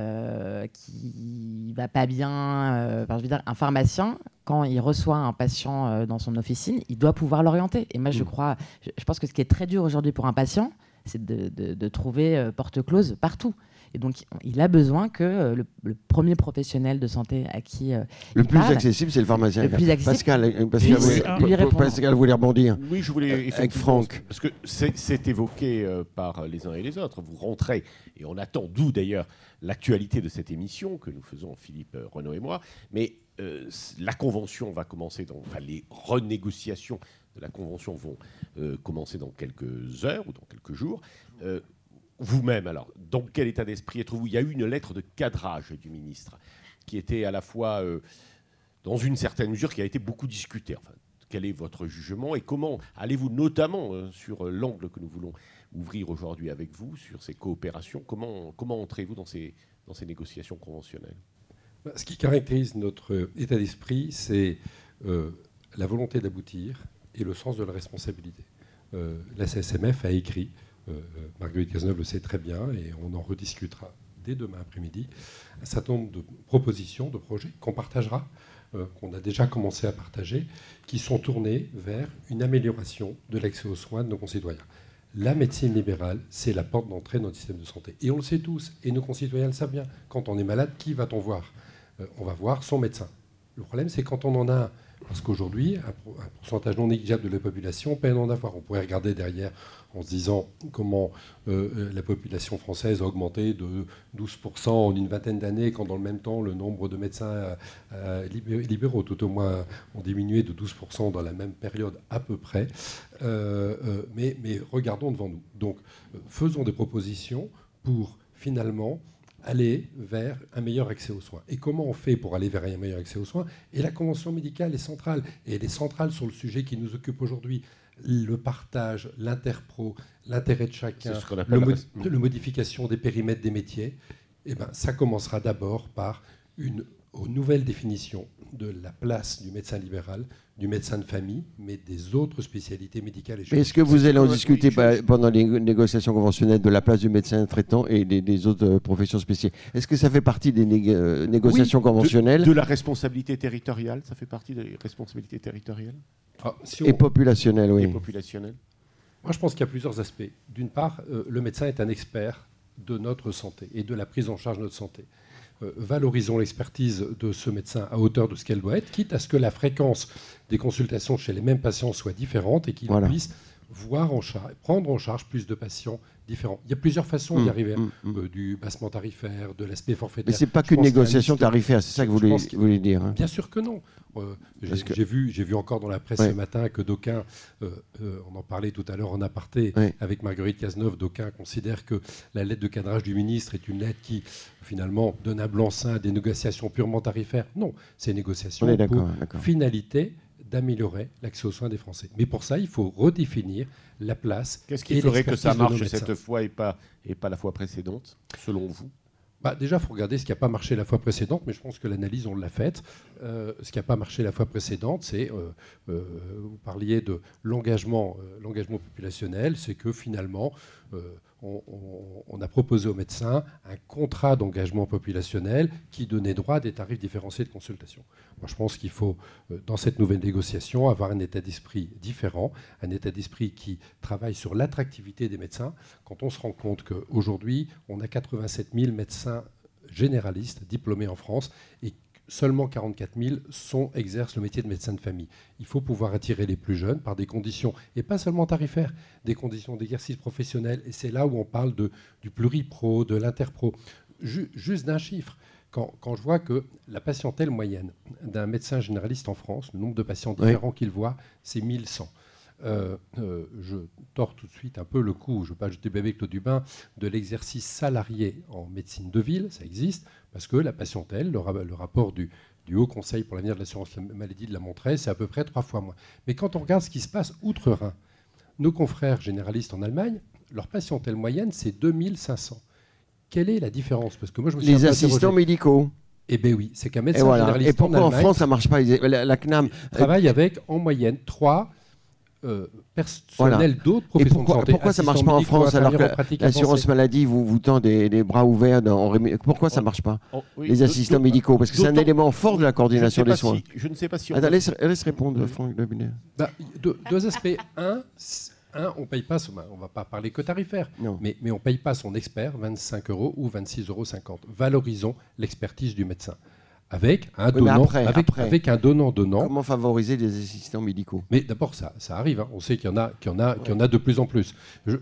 C: qui va pas bien, je veux dire, un pharmacien, quand il reçoit un patient dans son officine, il doit pouvoir l'orienter. Et moi, je pense que ce qui est très dur aujourd'hui pour un patient, c'est de trouver porte close partout. Et donc, il a besoin que le premier professionnel de santé à qui
A: le plus accessible, c'est le pharmacien.
C: Le plus accessible.
A: Pascal voulait rebondir.
B: Oui, je voulais
A: avec Franck.
B: Parce que c'est évoqué par les uns et les autres. Vous rentrez, et on attend, d'où d'ailleurs l'actualité de cette émission que nous faisons, Philippe, Renaud et moi. Mais la convention va commencer, les renégociations de la convention vont commencer dans quelques heures ou dans quelques jours. Vous-même, alors, dans quel état d'esprit êtes-vous ? Il y a eu une lettre de cadrage du ministre qui était à la fois, dans une certaine mesure, qui a été beaucoup discutée. Enfin, quel est votre jugement et comment allez-vous, notamment sur l'angle que nous voulons ouvrir aujourd'hui avec vous, sur ces coopérations, comment entrez-vous dans ces négociations conventionnelles ?
E: Ce qui caractérise notre état d'esprit, c'est la volonté d'aboutir et le sens de la responsabilité. La CSMF a écrit, Marguerite Cazeneuve le sait très bien, et on en rediscutera dès demain après-midi, un certain nombre de propositions, de projets qu'on partagera, qu'on a déjà commencé à partager, qui sont tournés vers une amélioration de l'accès aux soins de nos concitoyens. La médecine libérale, c'est la porte d'entrée de notre système de santé. Et on le sait tous, et nos concitoyens le savent bien. Quand on est malade, qui va-t-on voir ? On va voir son médecin. Le problème, c'est quand on en a un. Parce qu'aujourd'hui, un pourcentage non négligeable de la population peine à en avoir. On pourrait regarder derrière en se disant comment la population française a augmenté de 12% en une vingtaine d'années, quand dans le même temps, le nombre de médecins libéraux, tout au moins, ont diminué de 12% dans la même période à peu près. Mais regardons devant nous. Donc, faisons des propositions pour finalement aller vers un meilleur accès aux soins. Et comment on fait pour aller vers un meilleur accès aux soins ? Et la convention médicale est centrale. Et elle est centrale sur le sujet qui nous occupe aujourd'hui. Le partage, l'interpro, l'intérêt de chacun, la modification des périmètres des métiers. Eh ben, ça commencera d'abord par une nouvelle définition de la place du médecin libéral, du médecin de famille, mais des autres spécialités médicales.
A: Mais est-ce que vous allez en discuter pendant les négociations conventionnelles de la place du médecin traitant et des autres professions spécialisées ? Est-ce que ça fait partie des négociations conventionnelles ?
B: De la responsabilité territoriale, ça fait partie des responsabilités territoriales ?
A: Et populationnelles, oui.
B: Et populationnelles.
E: Moi, je pense qu'il y a plusieurs aspects. D'une part, le médecin est un expert de notre santé et de la prise en charge de notre santé. Valorisons l'expertise de ce médecin à hauteur de ce qu'elle doit être, quitte à ce que la fréquence des consultations chez les mêmes patients soit différente et qu'il puisse prendre en charge plus de patients différents. Il y a plusieurs façons d'y arriver, du bassement tarifaire, de l'aspect forfaitaire.
A: Mais ce n'est pas qu'une négociation tarifaire, c'est ça que vous voulez dire. Hein.
E: Bien sûr que non. J'ai vu encore dans la presse ce matin que d'aucuns, on en parlait tout à l'heure en aparté avec Marguerite Cazeneuve, d'aucuns considèrent que la lettre de cadrage du ministre est une lettre qui finalement donne un blanc-seing à des négociations purement tarifaires. Non, c'est une négociation pour finalité d'améliorer l'accès aux soins des Français. Mais pour ça, il faut redéfinir la place.
B: Qu'est-ce qui ferait que ça marche cette fois et pas la fois précédente, selon vous ?
E: Déjà, il faut regarder ce qui n'a pas marché la fois précédente, mais je pense que l'analyse, on l'a faite. Ce qui n'a pas marché la fois précédente, c'est, vous parliez de l'engagement populationnel, c'est que finalement, on a proposé aux médecins un contrat d'engagement populationnel qui donnait droit à des tarifs différenciés de consultation. Moi, je pense qu'il faut, dans cette nouvelle négociation, avoir un état d'esprit différent, un état d'esprit qui travaille sur l'attractivité des médecins. Quand on se rend compte qu'aujourd'hui, on a 87 000 médecins généralistes diplômés en France et seulement 44 000 exercent le métier de médecin de famille. Il faut pouvoir attirer les plus jeunes par des conditions, et pas seulement tarifaires, des conditions d'exercice professionnel. Et c'est là où on parle du pluripro, de l'interpro. Juste d'un chiffre. Quand je vois que la patientèle moyenne d'un médecin généraliste en France, le nombre de patients différents qu'il voit, c'est 1100. Je tords tout de suite un peu le coup, je ne veux pas jeter bébé avec l'eau du bain, de l'exercice salarié en médecine de ville, ça existe, parce que la patientèle, le rapport du Haut Conseil pour l'avenir de l'assurance maladie l'a montré, c'est à peu près 3 fois moins. Mais quand on regarde ce qui se passe outre-Rhin, nos confrères généralistes en Allemagne leur patientèle moyenne, c'est 2500. Quelle est la différence? Parce que moi, je me suis
A: Les assistants médicaux.
E: Eh bien oui, c'est qu'un
A: Et,
E: médecin
A: voilà.
E: généraliste
A: Et pourquoi en
E: Allemagne
A: France ça marche pas? La CNAM
E: travaille avec en moyenne 3 personnels d'autres
A: Et
E: professions de santé.
A: pourquoi ça marche pas en France alors que l'assurance maladie vous tend des bras ouverts pourquoi ça marche pas? Les assistants médicaux, parce que c'est un élément fort de la coordination des soins.
B: Je ne sais pas si...
A: Attends, laisse répondre Franck Lebinet.
E: Deux aspects. Un, on paye pas, on va pas parler que tarifaire, mais on paye pas son expert 25 € ou 26,50 €. Valorisons l'expertise du médecin. Avec un donnant-donnant.
A: Comment favoriser les assistants médicaux?
E: Mais d'abord, ça arrive. On sait qu'il y en a de plus en plus.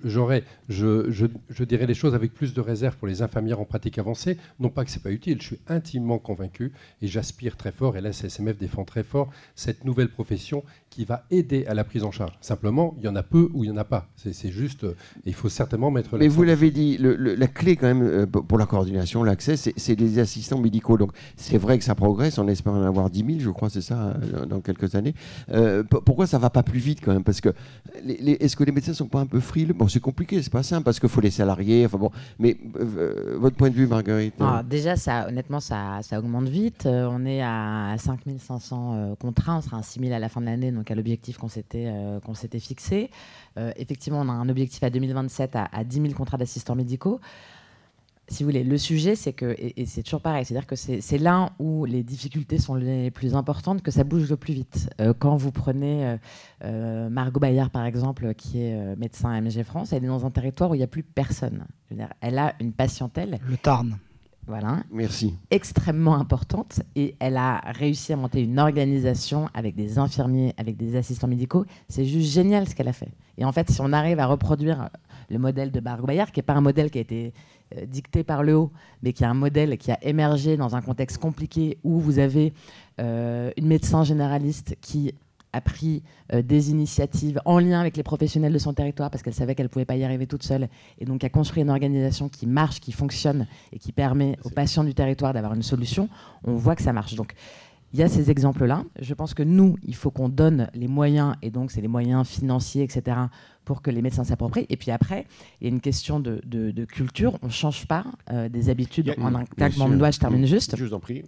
E: Je dirais les choses avec plus de réserve pour les infirmières en pratique avancée. Non pas que c'est pas utile. Je suis intimement convaincu et j'aspire très fort. Et la CSMF défend très fort cette nouvelle profession qui va aider à la prise en charge. Simplement, il y en a peu ou il y en a pas. C'est juste. Il faut certainement mettre.
A: Mais vous l'avez dit, la clé quand même pour la coordination, l'accès, c'est les assistants médicaux. Donc c'est vrai que ça progresse, on espère en avoir 10 000, je crois, c'est ça, dans quelques années. Pourquoi ça ne va pas plus vite quand même? Parce que est-ce que les médecins ne sont pas un peu frileux? Bon, c'est compliqué, c'est pas simple, parce qu'il faut les salariés. Enfin bon, mais votre point de vue, Marguerite?
C: Déjà, honnêtement, ça augmente vite. On est à 5 500 contrats, on sera à 6 000 à la fin de l'année, donc à l'objectif qu'on s'était fixé. Effectivement, on a un objectif à 2027 à 10 000 contrats d'assistants médicaux. Si vous voulez, le sujet, c'est que, et c'est toujours pareil, c'est-à-dire que c'est là où les difficultés sont les plus importantes que ça bouge le plus vite. Quand vous prenez Margot Bayard, par exemple, qui est médecin à MG France, elle est dans un territoire où il n'y a plus personne. Je veux dire, elle a une patientèle.
D: Le Tarn.
C: Voilà.
A: Merci.
C: Extrêmement importante, et elle a réussi à monter une organisation avec des infirmiers, avec des assistants médicaux. C'est juste génial ce qu'elle a fait. Et en fait, si on arrive à reproduire le modèle de Margot Bayard, qui n'est pas un modèle qui a été dicté par le haut, mais qui est un modèle qui a émergé dans un contexte compliqué où vous avez une médecin généraliste qui a pris des initiatives en lien avec les professionnels de son territoire parce qu'elle savait qu'elle ne pouvait pas y arriver toute seule, et donc a construit une organisation qui marche, qui fonctionne et qui permet aux patients du territoire d'avoir une solution. On voit que ça marche. Donc il y a ces exemples-là. Je pense que nous, il faut qu'on donne les moyens, et donc c'est les moyens financiers, etc., pour que les médecins s'approprient. Et puis après, il y a une question de culture. On ne change pas des habitudes en un claquement de doigts. Je termine juste.
B: Je vous en prie.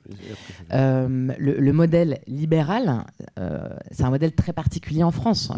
C: Le modèle libéral, c'est un modèle très particulier en France.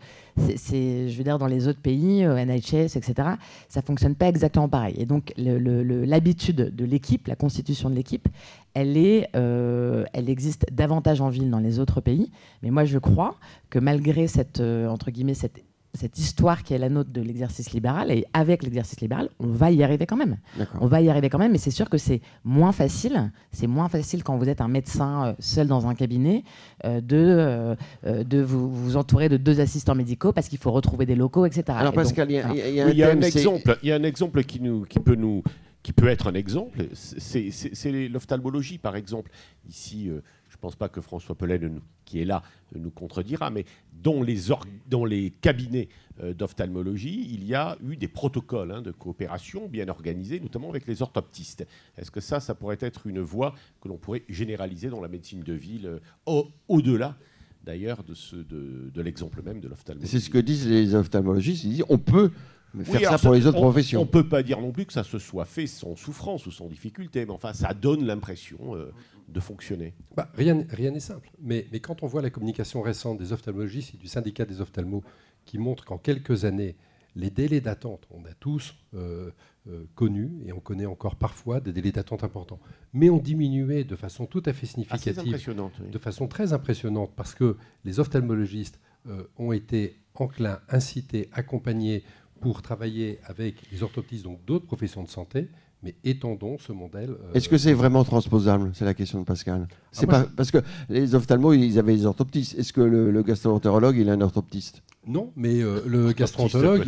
C: Je veux dire, dans les autres pays, NHS, etc., ça ne fonctionne pas exactement pareil. Et donc, l'habitude de l'équipe, la constitution de l'équipe, elle existe davantage en ville dans les autres pays. Mais moi, je crois que malgré entre guillemets, cette histoire qui est la nôtre de l'exercice libéral, et avec l'exercice libéral, on va y arriver quand même. On va y arriver quand même, mais c'est sûr que c'est moins facile. C'est moins facile quand vous êtes un médecin seul dans un cabinet de vous entourer de 2 assistants médicaux parce qu'il faut retrouver des locaux, etc.
A: Alors Pascal, il y
B: a un exemple qui peut être un exemple, c'est l'ophtalmologie, par exemple. Ici, je ne pense pas que François Pelaine, qui est là, nous contredira, mais dans les cabinets d'ophtalmologie, il y a eu des protocoles de coopération bien organisés, notamment avec les orthoptistes. Est-ce que ça pourrait être une voie que l'on pourrait généraliser dans la médecine de ville, au-delà d'ailleurs de l'exemple même de l'ophtalmologie?
A: C'est ce que disent les ophtalmologistes, ils disent on peut faire ça pour les autres professions.
B: On ne peut pas dire non plus que ça se soit fait sans souffrance ou sans difficulté, mais enfin, ça donne l'impression de fonctionner.
E: Rien n'est simple. Mais quand on voit la communication récente des ophtalmologistes et du syndicat des ophtalmos qui montre qu'en quelques années, les délais d'attente, on a tous connu, et on connaît encore parfois des délais d'attente importants, mais ont diminué de façon tout à fait significative, de façon très impressionnante, parce que les ophtalmologistes ont été enclins, incités, accompagnés pour travailler avec les orthoptistes, donc d'autres professions de santé, mais étendons ce modèle.
A: Est-ce que c'est vraiment transposable? C'est la question de Pascal. Parce que les ophtalmos, ils avaient des orthoptistes. Est-ce que le gastro-entérologue, il est un orthoptiste?
E: Non, mais le gastro-entérologue,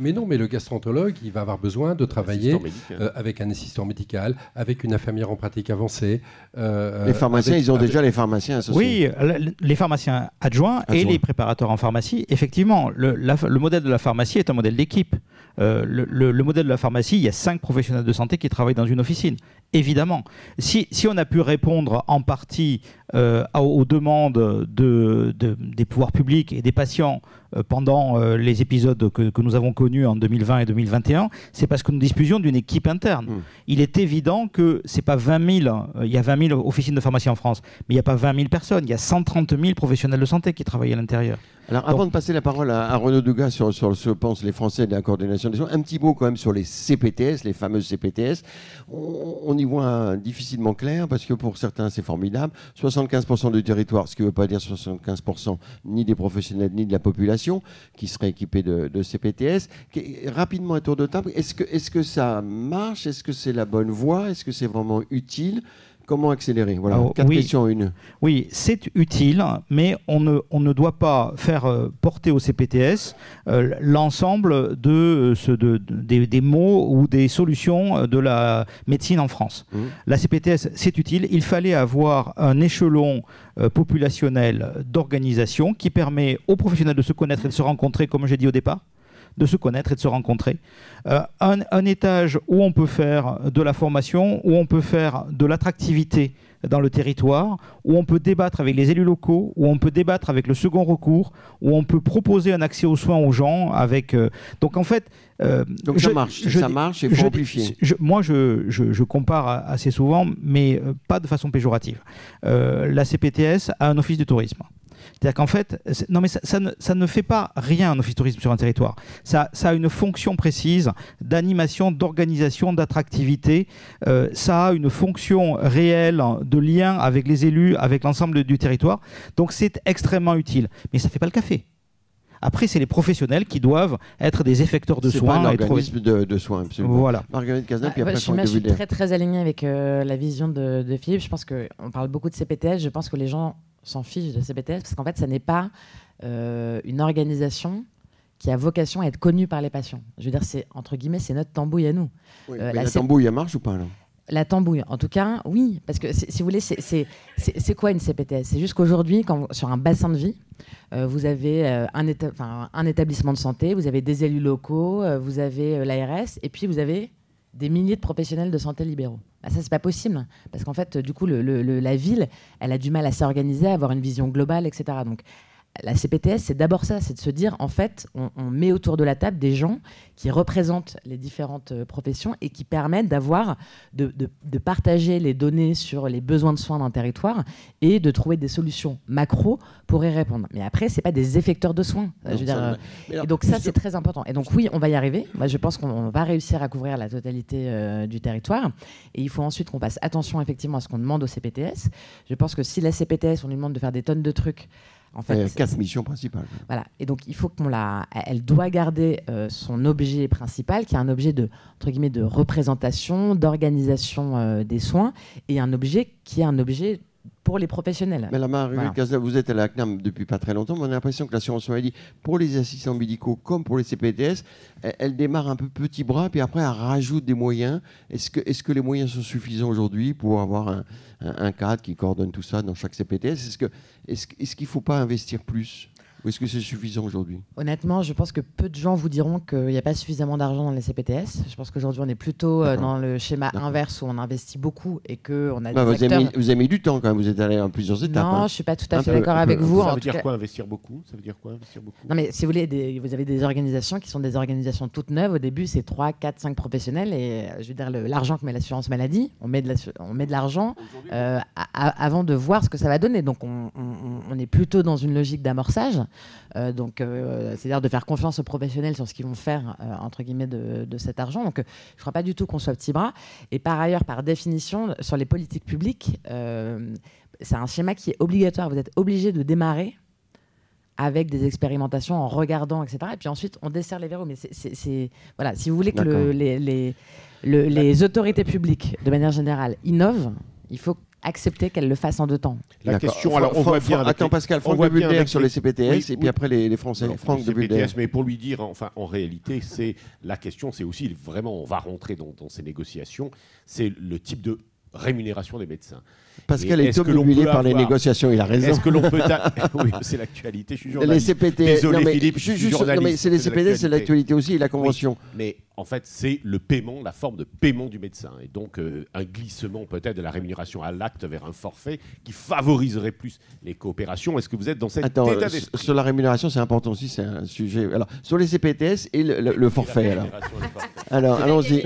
E: il va avoir besoin de travailler avec un assistant médical, avec une infirmière en pratique avancée.
A: Les pharmaciens, ils ont déjà les pharmaciens associés.
D: Oui, les pharmaciens adjoints et les préparateurs en pharmacie. Effectivement, le modèle de la pharmacie est un modèle d'équipe. Le modèle de la pharmacie, il y a 5 professionnels de santé qui travaillent dans une officine. Évidemment. Si on a pu répondre en partie aux demandes des pouvoirs publics et des patients pendant les épisodes que nous avons connus en 2020 et 2021, c'est parce que nous disposions d'une équipe interne. Il est évident que c'est pas 20 000, il y a 20 000 officines de pharmacie en France, mais il n'y a pas 20 000 personnes, il y a 130 000 professionnels de santé qui travaillent à l'intérieur.
A: Alors, avant de passer la parole à Renaud Degas sur ce que pensent les Français de la coordination des soins, un petit mot quand même sur les CPTS, les fameuses CPTS. On y voit difficilement clair parce que pour certains, c'est formidable. 75% du territoire, ce qui ne veut pas dire 75% ni des professionnels ni de la population qui seraient équipés de CPTS. Rapidement, un tour de table. Est-ce que ça marche? Est-ce que c'est la bonne voie? Est-ce que c'est vraiment utile? Comment accélérer? Voilà, 4 questions en une.
D: Oui, c'est utile, mais on ne doit pas faire porter au CPTS l'ensemble des mots ou des solutions de la médecine en France. La CPTS, c'est utile. Il fallait avoir un échelon populationnel d'organisation qui permet aux professionnels de se connaître et de se rencontrer, comme j'ai dit au départ, de se connaître et de se rencontrer. Un étage où on peut faire de la formation, où on peut faire de l'attractivité dans le territoire, où on peut débattre avec les élus locaux, où on peut débattre avec le second recours, où on peut proposer un accès aux soins aux gens. Donc en fait...
A: Donc ça marche, il faut amplifier.
D: Moi, je compare assez souvent, mais pas de façon péjorative. La CPTS a un office du tourisme. C'est-à-dire qu'en fait, ça ne fait pas rien un office de tourisme sur un territoire. Ça a une fonction précise d'animation, d'organisation, d'attractivité. Ça a une fonction réelle de lien avec les élus, avec l'ensemble du territoire. Donc c'est extrêmement utile. Mais ça ne fait pas le café. Après, c'est les professionnels qui doivent être des effecteurs de soins.
A: C'est pas un organisme de soins, absolument.
D: Voilà.
A: Marguerite Cazeneuve, puis après
C: je suis très, très alignée avec la vision de Philippe. Je pense qu'on parle beaucoup de CPTS. Je pense que les gens s'en fichent de CPTS parce qu'en fait, ça n'est pas une organisation qui a vocation à être connue par les patients. Je veux dire, c'est, entre guillemets, c'est notre tambouille à nous.
A: Oui, la tambouille, elle marche ou pas alors?
C: La tambouille, en tout cas, oui. Parce que, si vous voulez, c'est quoi une CPTS? C'est juste qu'aujourd'hui, sur un bassin de vie, vous avez un établissement de santé, vous avez des élus locaux, vous avez l'ARS, et puis vous avez des milliers de professionnels de santé libéraux. Ah, ça, c'est pas possible. Parce qu'en fait, du coup, la ville, elle a du mal à s'organiser, à avoir une vision globale, etc. Donc, la CPTS, c'est d'abord ça, c'est de se dire, en fait, on met autour de la table des gens qui représentent les différentes professions et qui permettent de partager les données sur les besoins de soins d'un territoire et de trouver des solutions macro pour y répondre. Mais après, c'est pas des effecteurs de soins. Et donc ça, c'est très important. Et donc oui, on va y arriver. Moi, je pense qu'on va réussir à couvrir la totalité du territoire. Et il faut ensuite qu'on fasse attention effectivement à ce qu'on demande au CPTS. Je pense que si la CPTS, on lui demande de faire des tonnes de trucs, en fait,
A: il y a 4 missions principales.
C: Voilà. Et donc, il faut elle doit garder son objet principal, qui est un objet entre guillemets, de représentation, d'organisation des soins, et un objet qui est un objet pour les professionnels.
A: Mais la Marguerite Cazeneuve, vous êtes à la CNAM depuis pas très longtemps, mais on a l'impression que l'assurance maladie, pour les assistants médicaux comme pour les CPTS, elle démarre un peu petit bras, puis après elle rajoute des moyens. Est-ce que les moyens sont suffisants aujourd'hui pour avoir un cadre qui coordonne tout ça dans chaque CPTS? Est-ce qu'il ne faut pas investir plus? Ou est-ce que c'est suffisant aujourd'hui?
C: Honnêtement, je pense que peu de gens vous diront qu'il n'y a pas suffisamment d'argent dans les CPTS. Je pense qu'aujourd'hui, on est plutôt dans le schéma inverse où on investit beaucoup et qu'on a des acteurs...
A: Vous avez mis du temps quand même, vous êtes allé en plusieurs étapes.
C: Non, je ne suis pas tout à fait d'accord avec vous.
B: Ça veut dire quoi investir beaucoup?
C: Non, mais si vous voulez, vous avez des organisations qui sont des organisations toutes neuves. Au début, c'est 3, 4, 5 professionnels et je veux dire, l'argent que met l'assurance maladie, on met de l'argent avant de voir ce que ça va donner. Donc, on est plutôt dans une logique d'amorçage. C'est-à-dire de faire confiance aux professionnels sur ce qu'ils vont faire entre guillemets de cet argent. Donc, je ne crois pas du tout qu'on soit petit bras. Et par ailleurs, par définition, sur les politiques publiques, c'est un schéma qui est obligatoire. Vous êtes obligé de démarrer avec des expérimentations en regardant, etc. Et puis ensuite, on desserre les verrous. Mais voilà, si vous voulez que les autorités publiques, de manière générale, innovent, il faut accepter qu'elle le fasse en 2 temps.
B: La question, alors on voit bien...
A: Attends Pascal, Franck de Bulder sur les CPTS et puis après les Français.
B: Franck de Bulder. Mais pour lui dire, enfin en réalité, la question, c'est aussi vraiment, on va rentrer dans ces négociations, c'est le type de rémunération des médecins.
A: Pascal est obnubilé par les négociations, il a raison.
B: Est-ce que l'on peut... Oui, c'est l'actualité, je suis journaliste.
A: Les CPTS,
B: désolé Philippe, je suis journaliste.
A: C'est les CPTS, c'est l'actualité aussi et la convention.
B: Oui, mais en fait, c'est le paiement, la forme de paiement du médecin. Et donc, un glissement peut-être de la rémunération à l'acte vers un forfait qui favoriserait plus les coopérations. Est-ce que vous êtes dans cet état d'esprit ?
A: Sur la rémunération, c'est important aussi, c'est un sujet. Alors, sur les CPTS et le forfait, alors. Alors, allons-y.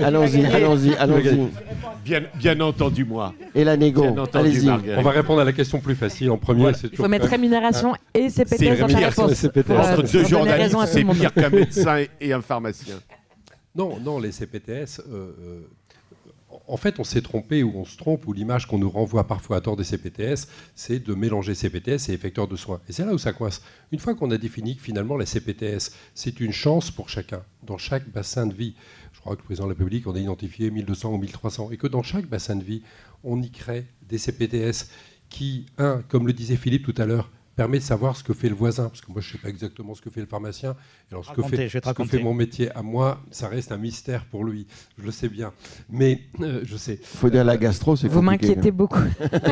B: Bien entendu, moi.
A: Et la négo, allez-y.
E: On va répondre à la question plus facile en premier.
C: Voilà. Il faut mettre rémunération et CPTS dans ta réponse.
B: Entre deux journalistes, c'est pire qu'un médecin et un pharmacien.
E: Non, les CPTS, en fait, on s'est trompé ou on se trompe, ou l'image qu'on nous renvoie parfois à tort des CPTS, c'est de mélanger CPTS et effecteurs de soins. Et c'est là où ça coince. Une fois qu'on a défini que finalement, la CPTS, c'est une chance pour chacun, dans chaque bassin de vie. Je crois que le président de la République en a identifié 1200 ou 1300, et que dans chaque bassin de vie, on y crée des CPTS qui, comme le disait Philippe tout à l'heure, permet de savoir ce que fait le voisin, parce que moi je ne sais pas exactement ce que fait le pharmacien. Alors ce que fait mon métier à moi, ça reste un mystère pour lui. Je le sais bien, mais je sais. Il
A: faut dire la gastro, c'est
C: vous m'inquiétez beaucoup.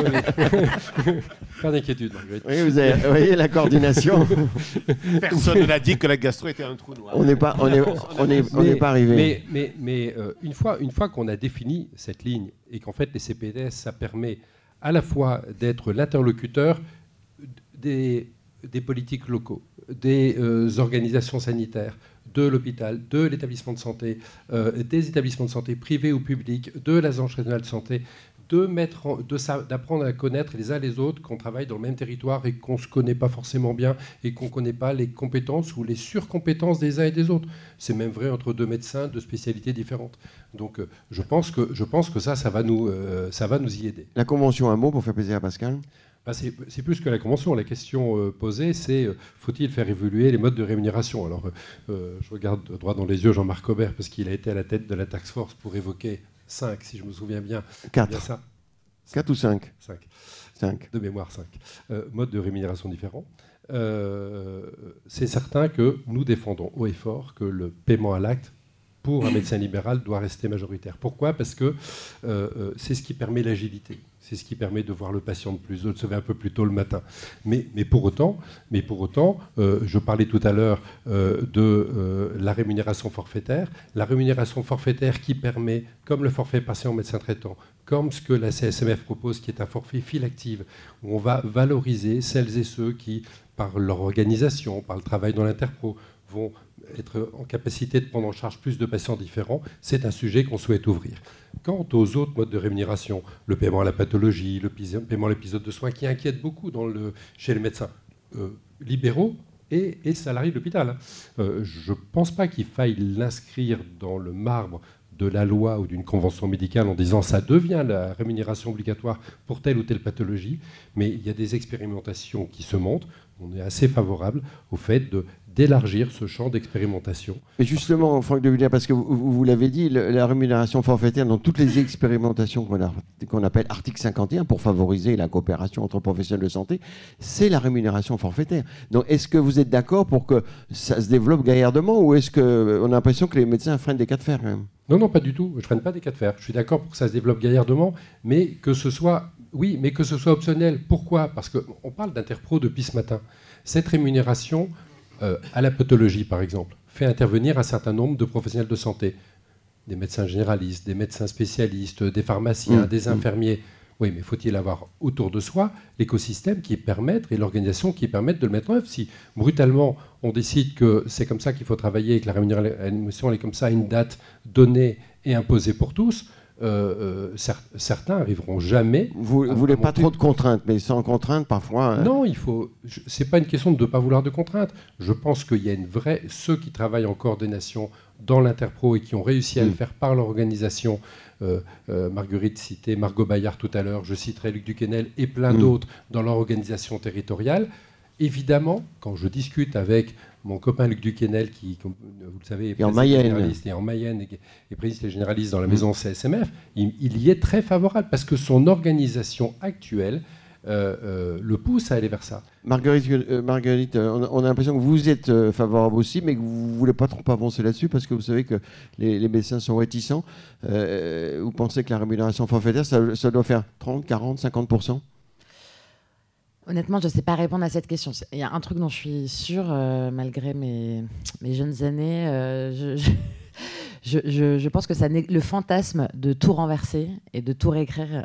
E: Pas d'inquiétude, Marguerite.
A: Oui, vous voyez la coordination.
B: Personne ne l'a dit que la gastro était un trou noir.
A: On n'est pas arrivé.
E: Mais une fois qu'on a défini cette ligne et qu'en fait les CPTS, ça permet à la fois d'être l'interlocuteur des politiques locaux, des organisations sanitaires, de l'hôpital, de l'établissement de santé, des établissements de santé privés ou publics, de l'agence régionale de santé, d'apprendre à connaître les uns les autres, qu'on travaille dans le même territoire et qu'on ne se connaît pas forcément bien et qu'on ne connaît pas les compétences ou les surcompétences des uns et des autres. C'est même vrai entre deux médecins de spécialités différentes. Donc je pense que ça va nous y aider.
A: La convention, un mot pour faire plaisir à Pascal ?
E: C'est plus que la convention. La question posée, c'est faut-il faire évoluer les modes de rémunération ? Alors, je regarde droit dans les yeux Jean-Marc Aubert, parce qu'il a été à la tête de la task force pour évoquer 5, si je me souviens bien.
A: 4. 4 ou 5
E: 5. De mémoire, 5. Modes de rémunération différents. C'est certain que nous défendons haut et fort que le paiement à l'acte pour un médecin libéral doit rester majoritaire. Pourquoi ? Parce que c'est ce qui permet l'agilité. C'est ce qui permet de voir le patient de plus, de se lever un peu plus tôt le matin. Mais pour autant, je parlais tout à l'heure de la rémunération forfaitaire. La rémunération forfaitaire qui permet, comme le forfait patient médecin traitant, comme ce que la CSMF propose, qui est un forfait file active, où on va valoriser celles et ceux qui, par leur organisation, par le travail dans l'interpro, vont être en capacité de prendre en charge plus de patients différents, c'est un sujet qu'on souhaite ouvrir. Quant aux autres modes de rémunération, le paiement à la pathologie, le paiement à l'épisode de soins, qui inquiète beaucoup chez les médecins libéraux et salariés de l'hôpital. Je ne pense pas qu'il faille l'inscrire dans le marbre de la loi ou d'une convention médicale en disant ça devient la rémunération obligatoire pour telle ou telle pathologie, mais il y a des expérimentations qui se montrent. On est assez favorable au fait d'élargir ce champ d'expérimentation.
A: Mais justement, Franck de Villiers, parce que vous l'avez dit, la rémunération forfaitaire dans toutes les expérimentations qu'on appelle article 51 pour favoriser la coopération entre professionnels de santé, c'est la rémunération forfaitaire. Donc est-ce que vous êtes d'accord pour que ça se développe gaillardement ou est-ce qu'on a l'impression que les médecins freinent des cas de fer quand même ?
E: Non, pas du tout. Je ne freine pas des cas de fer. Je suis d'accord pour que ça se développe gaillardement, mais que ce soit optionnel. Pourquoi ? Parce qu'on parle d'interpro depuis ce matin. Cette rémunération à la pathologie, par exemple, fait intervenir un certain nombre de professionnels de santé, des médecins généralistes, des médecins spécialistes, des pharmaciens, des infirmiers. Oui, mais faut-il avoir autour de soi l'écosystème qui permette et l'organisation qui permette de le mettre en œuvre ? Si brutalement on décide que c'est comme ça qu'il faut travailler et que la rémunération elle est comme ça à une date donnée et imposée pour tous, certains n'arriveront jamais.
A: Vous ne voulez pas trop de contraintes, mais sans contraintes, parfois...
E: Non, ce n'est pas une question de ne pas vouloir de contraintes. Je pense qu'il y a ceux qui travaillent en coordination dans l'interpro et qui ont réussi à le faire par leur organisation. Marguerite citait Margot Bayard tout à l'heure, je citerai Luc Duquesnel et plein d'autres dans leur organisation territoriale. Évidemment, quand je discute avec mon copain Luc Duquesnel, qui, comme vous le savez, est
A: en Mayenne
E: et préside les généralistes dans la maison CSMF, il y est très favorable parce que son organisation actuelle le pousse à aller vers ça.
A: Marguerite, on a l'impression que vous êtes favorable aussi, mais que vous ne voulez pas trop avancer là-dessus parce que vous savez que les médecins sont réticents. Vous pensez que la rémunération forfaitaire, ça doit faire 30, 40, 50%?
C: Honnêtement, je ne sais pas répondre à cette question. Il y a un truc dont je suis sûre, malgré mes jeunes années, je pense que le fantasme de tout renverser et de tout réécrire,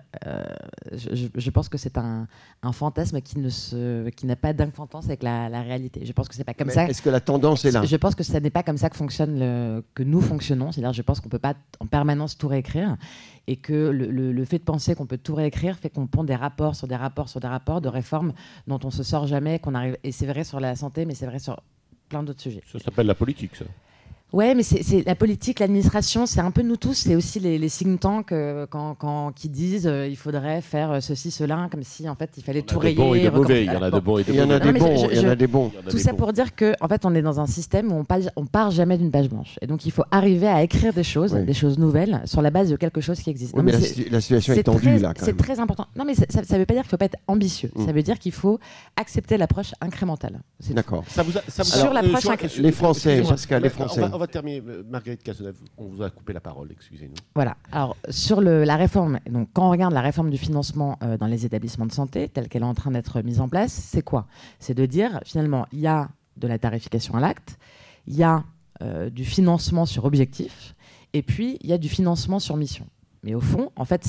C: je pense que c'est un fantasme qui n'a pas d'incompétence avec la réalité. Je pense que c'est pas comme ça.
A: Est-ce que la tendance est là?
C: Je pense que ça n'est pas comme ça que nous fonctionnons. C'est-à-dire, je pense qu'on peut pas en permanence tout réécrire, et que le fait de penser qu'on peut tout réécrire fait qu'on pond des rapports sur des rapports sur des rapports de réformes dont on se sort jamais, qu'on arrive. Et c'est vrai sur la santé, mais c'est vrai sur plein d'autres sujets.
B: Ça s'appelle la politique, ça.
C: Ouais, mais c'est la politique, l'administration, c'est un peu nous tous. C'est aussi les think tanks qui disent il faudrait faire ceci, cela, comme si en fait il fallait tout rayer.
B: Il y en a de bons et de mauvais.
A: Il y en a des bons, il y en a des bons.
C: Tout ça pour dire que en fait on est dans un système où on part jamais d'une page blanche, et donc il faut arriver à écrire des choses nouvelles sur la base de quelque chose qui existe.
A: Oui, mais la situation est tendue là.
C: C'est très important. Non, mais ça veut pas dire qu'il faut pas être ambitieux. Ça veut dire qu'il faut accepter l'approche incrémentale.
A: D'accord.
C: Sur l'approche
A: les Français, Pascal, les Français.
B: On va terminer. Marguerite Cazeneuve, on vous a coupé la parole, excusez-nous.
C: Voilà. Alors, sur la réforme, donc, quand on regarde la réforme du financement dans les établissements de santé, telle qu'elle est en train d'être mise en place, c'est quoi? C'est de dire, finalement, il y a de la tarification à l'acte, il y a du financement sur objectif, et puis il y a du financement sur mission. Mais au fond, en fait,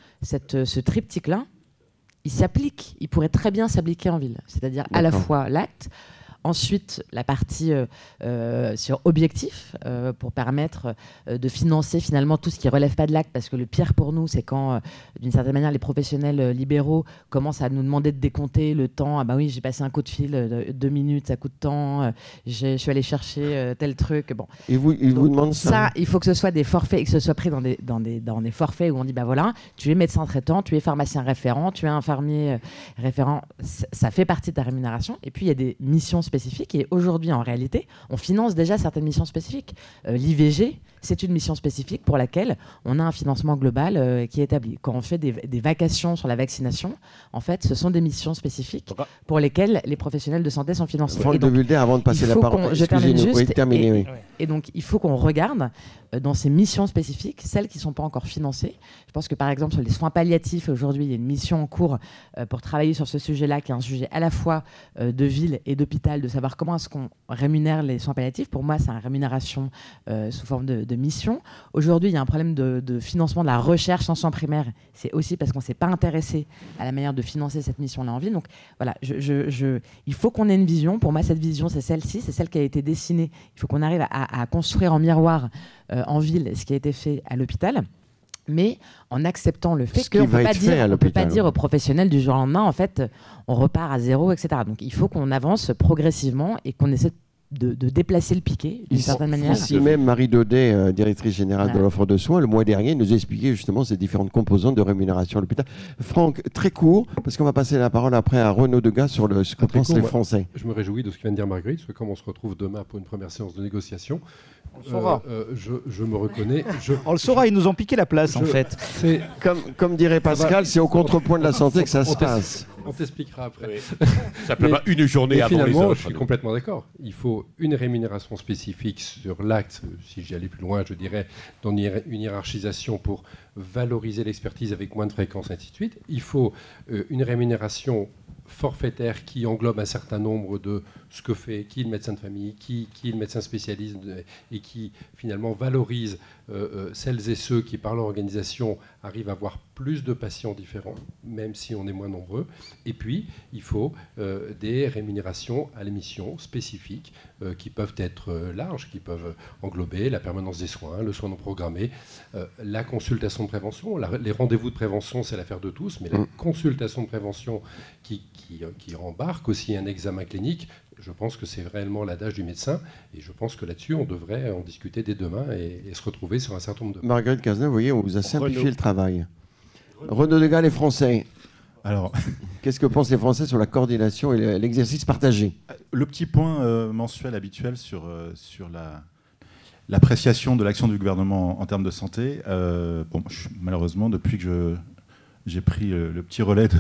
C: ce triptyque-là, il s'applique. Il pourrait très bien s'appliquer en ville. C'est-à-dire à la fois l'acte, ensuite, la partie sur objectif pour permettre de financer finalement tout ce qui ne relève pas de l'acte, parce que le pire pour nous, c'est quand, d'une certaine manière, les professionnels libéraux commencent à nous demander de décompter le temps. Ah bah oui, j'ai passé un coup de fil de 2 minutes, ça coûte tant, je suis allé chercher tel truc. Bon.
A: Et vous demandent ça?
C: Ça, il faut que ce soit des forfaits et que ce soit pris dans des forfaits où on dit, bah voilà, tu es médecin traitant, tu es pharmacien référent, tu es infirmier référent. Ça fait partie de ta rémunération. Et puis, il y a des missions spécifiques. Et aujourd'hui, en réalité, on finance déjà certaines missions spécifiques. L'IVG, c'est une mission spécifique pour laquelle on a un financement global qui est établi. Quand on fait des vacations sur la vaccination, en fait, ce sont des missions spécifiques pour lesquelles les professionnels de santé sont financés.
A: Franck de Vulder, avant de passer la parole,
C: je termine juste.
A: Oui, terminez, oui.
C: Et donc, il faut qu'on regarde dans ces missions spécifiques, celles qui ne sont pas encore financées. Je pense que, par exemple, sur les soins palliatifs, aujourd'hui, il y a une mission en cours pour travailler sur ce sujet-là, qui est un sujet à la fois de ville et d'hôpital, de savoir comment est-ce qu'on rémunère les soins palliatifs. Pour moi, c'est une rémunération sous forme de mission. Aujourd'hui, il y a un problème de financement de la recherche en soins primaires. C'est aussi parce qu'on ne s'est pas intéressé à la manière de financer cette mission-là en ville. Donc, voilà, il faut qu'on ait une vision. Pour moi, cette vision, c'est celle-ci, c'est celle qui a été dessinée. Il faut qu'on arrive à construire en miroir en ville ce qui a été fait à l'hôpital, mais en acceptant le fait qu'on ne peut pas dire aux professionnels du jour au lendemain, en fait, on repart à zéro, etc. Donc il faut qu'on avance progressivement et qu'on essaie de déplacer le piquet d'une certaine manière.
A: Ici même, Marie Daudet, directrice générale de l'offre de soins, le mois dernier, nous a expliqué justement ces différentes composantes de rémunération à l'hôpital. Franck, très court, parce qu'on va passer la parole après à Renaud Degas sur ce que pensent les Français.
E: Je me réjouis de ce que vient de dire Marguerite, parce que comme on se retrouve demain pour une première séance de négociation, je me reconnais.
D: On le saura, ils nous ont piqué la place en fait.
A: Comme dirait Pascal, c'est au contrepoint de la santé que ça se passe.
E: On t'expliquera après.
B: Oui. Simplement une journée avant les autres.
E: Je suis complètement d'accord. Il faut une rémunération spécifique sur l'acte. Si j'y allais plus loin, je dirais dans une hiérarchisation pour valoriser l'expertise avec moins de fréquence, ainsi de suite. Il faut une rémunération forfaitaire qui englobe un certain nombre de ce que fait qui le médecin de famille, qui le médecin spécialiste, et qui finalement valorise celles et ceux qui, par leur organisation, arrivent à avoir plus de patients différents, même si on est moins nombreux. Et puis, il faut des rémunérations à l'émission spécifiques qui peuvent être larges, qui peuvent englober la permanence des soins, le soin non programmé, la consultation de prévention. Les rendez-vous de prévention, c'est l'affaire de tous, mais la consultation de prévention qui embarque aussi un examen clinique, je pense que c'est réellement l'adage du médecin, et je pense que là-dessus, on devrait en discuter dès demain et se retrouver sur un certain nombre de...
A: Marguerite Cazeneuve, vous voyez, on vous a simplifié le travail. Renaud Degas, les Français.
F: Alors,
A: qu'est-ce que pensent les Français sur la coordination et l'exercice partagé?
F: Le petit point mensuel habituel sur l'appréciation de l'action du gouvernement en termes de santé. Malheureusement, depuis que j'ai pris le petit relais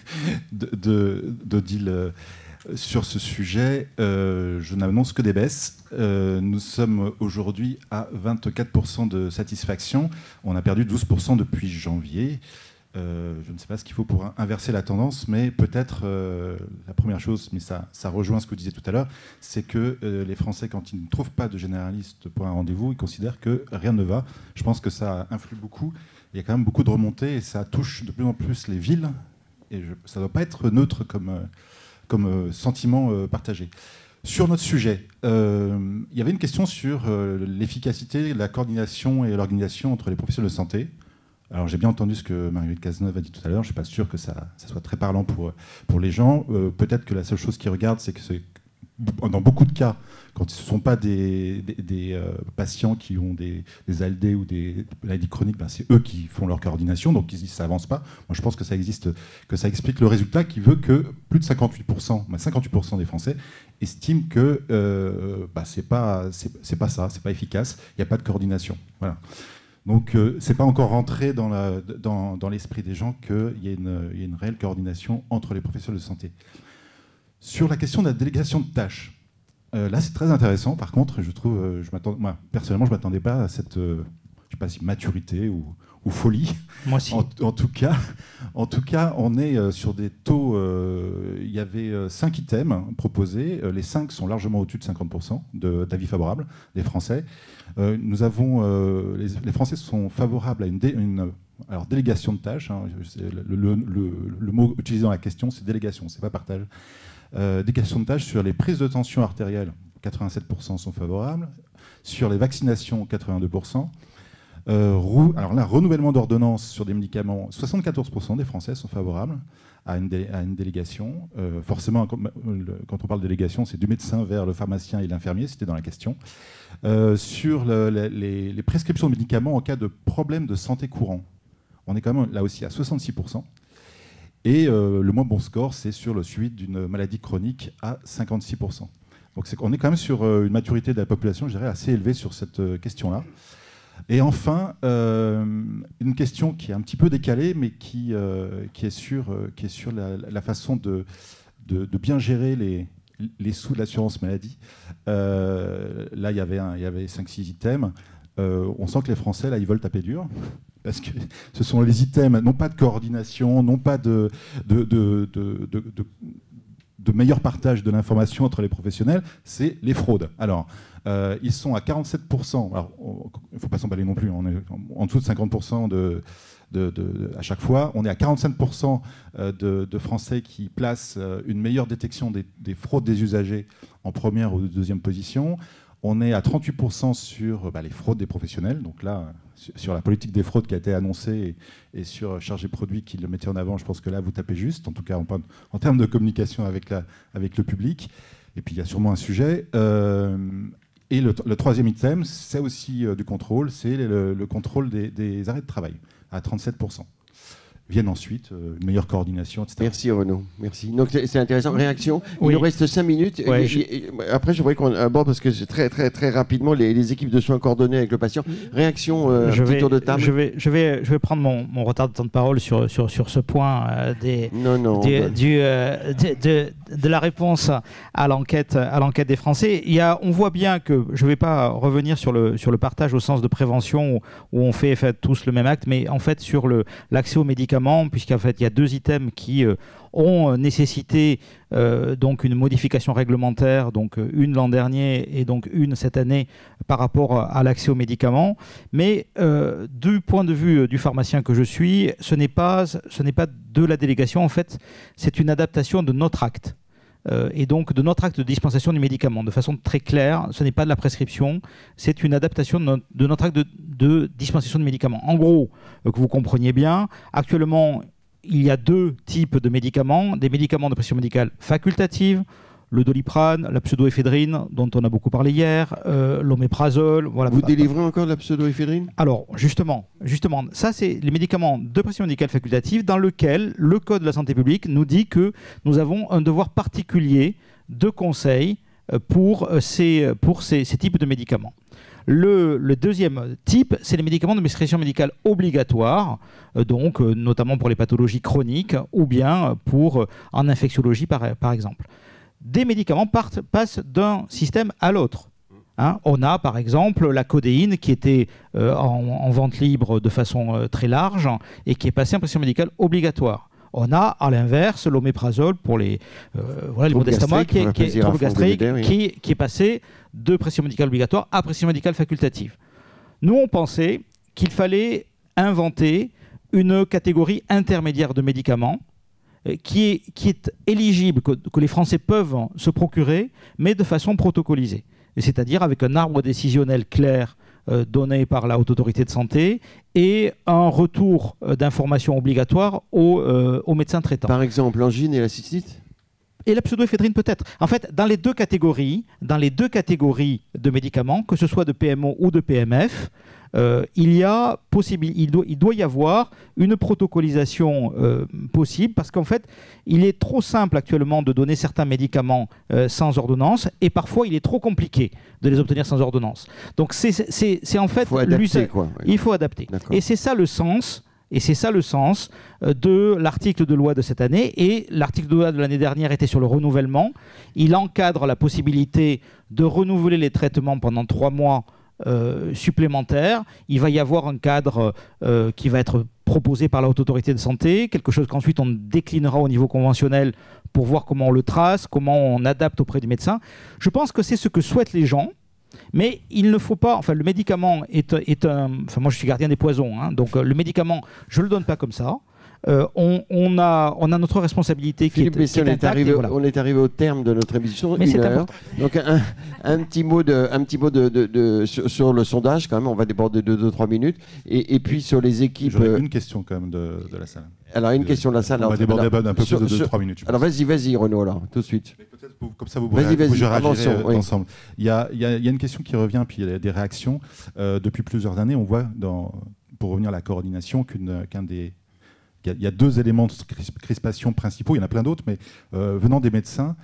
F: d'Odile sur ce sujet, je n'annonce que des baisses. Nous sommes aujourd'hui à 24% de satisfaction. On a perdu 12% depuis janvier. Je ne sais pas ce qu'il faut pour inverser la tendance, mais peut-être la première chose, mais ça rejoint ce que vous disiez tout à l'heure, c'est que les Français, quand ils ne trouvent pas de généraliste pour un rendez-vous, ils considèrent que rien ne va. Je pense que ça influe beaucoup. Il y a quand même beaucoup de remontées et ça touche de plus en plus les villes. Et ça ne doit pas être neutre comme sentiment partagé. Sur notre sujet, il y avait une question sur l'efficacité, la coordination et l'organisation entre les professionnels de santé. Alors j'ai bien entendu ce que Marie-Hélène Cazeneuve a dit tout à l'heure, je ne suis pas sûr que ça soit très parlant pour les gens. Peut-être que la seule chose qu'ils regardent, c'est que dans beaucoup de cas, quand ce ne sont pas des patients qui ont des ALD ou des maladies chroniques, c'est eux qui font leur coordination, donc ils disent que ça n'avance pas. Moi je pense que ça explique le résultat qui veut que plus de 58% des Français estiment que c'est pas ça, c'est pas efficace, il n'y a pas de coordination. Voilà. Donc, c'est pas encore rentré dans l'esprit des gens qu'il y ait une réelle coordination entre les professionnels de santé. Sur la question de la délégation de tâches, là, c'est très intéressant. Par contre, je trouve, moi, personnellement, je ne m'attendais pas à cette, je sais pas si maturité ou folie.
D: Moi aussi.
F: En tout cas, on est sur des taux. Il y avait 5 items proposés. Les 5 sont largement au-dessus de 50% d'avis favorables des Français. Nous avons les Français sont favorables à une délégation de tâches. Hein, le mot utilisé dans la question, c'est délégation, c'est pas partage. Délégation de tâches sur les prises de tension artérielle, 87% sont favorables. Sur les vaccinations, 82%. Alors là, renouvellement d'ordonnance sur des médicaments, 74% des Français sont favorables à une délégation. Forcément, quand on parle de délégation, c'est du médecin vers le pharmacien et l'infirmier, c'était dans la question. Sur les prescriptions de médicaments en cas de problème de santé courant, on est quand même là aussi à 66%. Et le moins bon score, c'est sur le suivi d'une maladie chronique à 56%. Donc on est quand même sur une maturité de la population, je dirais, assez élevée sur cette question-là. Et enfin, une question qui est un petit peu décalée, mais qui est sur la façon de bien gérer les sous de l'assurance maladie. Là, il y avait 5-6 items. On sent que les Français, là, ils veulent taper dur. Parce que ce sont les items, non pas de coordination, non pas de meilleur partage de l'information entre les professionnels, c'est les fraudes. Alors, ils sont à 47%. Alors, il ne faut pas s'emballer non plus, on est en dessous de 50% à chaque fois. On est à 45% de Français qui placent une meilleure détection des fraudes des usagers en première ou deuxième position. On est à 38% sur les fraudes des professionnels. Donc là, sur la politique des fraudes qui a été annoncée et sur Chargé Produit qui le mettait en avant, je pense que là, vous tapez juste, en tout cas en termes de communication avec le public. Et puis, il y a sûrement un sujet. Et le troisième item, c'est aussi du contrôle, c'est le contrôle des arrêts de travail, à 37%. Viennent ensuite une meilleure coordination, etc.
A: Merci Renaud, merci. Donc c'est intéressant. Réaction, il
D: Oui.
A: nous reste 5 minutes.
D: Ouais,
A: après, je voudrais qu'on aborde, parce que c'est très, très, très rapidement, les équipes de soins coordonnés avec le patient. Réaction, petit tour de table.
D: Je vais prendre mon retard de temps de parole sur ce point de la réponse à l'enquête des Français. On voit bien que, je ne vais pas revenir sur le partage au sens de prévention où on fait tous le même acte, mais en fait sur l'accès aux médicaments, puisqu'en fait il y a 2 items qui ont nécessité donc une modification réglementaire, donc une l'an dernier et donc une cette année par rapport à l'accès aux médicaments. Mais du point de vue du pharmacien que je suis, ce n'est pas de la délégation, en fait, c'est une adaptation de notre acte. Et donc de notre acte de dispensation du médicament. De façon très claire, ce n'est pas de la prescription, c'est une adaptation de notre acte de dispensation de médicaments. En gros, que vous compreniez bien, actuellement, il y a 2 types de médicaments, des médicaments de prescription médicale facultative, le doliprane, la pseudoéphédrine, dont on a beaucoup parlé hier, l'oméprazole. Voilà.
A: Vous délivrez encore de la pseudoéphédrine ?
D: Alors, justement, ça, c'est les médicaments de prescription médicale facultative dans lequel le Code de la santé publique nous dit que nous avons un devoir particulier de conseil pour ces types de médicaments. Le deuxième type, c'est les médicaments de prescription médicale obligatoire, donc notamment pour les pathologies chroniques ou bien en infectiologie par exemple. Des médicaments passent d'un système à l'autre. On a par exemple la codéine qui était en vente libre de façon très large et qui est passée en prescription médicale obligatoire. On a à l'inverse l'oméprazole pour les maux d'estomac qui est passé de prescription médicale obligatoire à prescription médicale facultative. Nous, on pensait qu'il fallait inventer une catégorie intermédiaire de médicaments qui est éligible, que les Français peuvent se procurer, mais de façon protocolisée. C'est-à-dire avec un arbre décisionnel clair donné par la Haute Autorité de Santé et un retour d'informations obligatoires aux médecins traitants.
A: Par exemple, l'angine et la cystite ?
D: Et la pseudoéphédrine peut-être. En fait, dans les deux catégories de médicaments, que ce soit de PMO ou de PMF, il doit y avoir une protocolisation possible parce qu'en fait, il est trop simple actuellement de donner certains médicaments sans ordonnance et parfois il est trop compliqué de les obtenir sans ordonnance. Donc c'est en fait l'usage. Il faut adapter. Et c'est ça le sens. De l'article de loi de cette année. Et l'article de loi de l'année dernière était sur le renouvellement. Il encadre la possibilité de renouveler les traitements pendant 3 mois supplémentaires. Il va y avoir un cadre qui va être proposé par la Haute Autorité de Santé, quelque chose qu'ensuite on déclinera au niveau conventionnel pour voir comment on le trace, comment on adapte auprès du médecin. Je pense que c'est ce que souhaitent les gens. Mais il ne faut pas... Enfin, le médicament est un... Enfin, moi, je suis gardien des poisons. Donc, le médicament, je ne le donne pas comme ça. On a notre responsabilité
A: Philippe
D: qui est intacte.
A: On est arrivé au terme de notre émission.
D: Mais c'est important.
A: Donc, un petit mot sur le sondage, quand même. On va déborder de 2-3 minutes. Et puis, sur les équipes...
F: J'aurais une question, quand même, de la salle.
A: Alors, une question de la salle.
F: On va déborder un peu plus de 2-3 minutes.
A: Alors, vas-y, Renaud, alors, tout de suite.
F: Comme ça, vous réagirez ensemble. Il y a une question qui revient, puis il y a des réactions. Depuis plusieurs années, on voit, pour revenir à la coordination, il y a 2 éléments de crispation principaux. Il y en a plein d'autres, mais venant des médecins,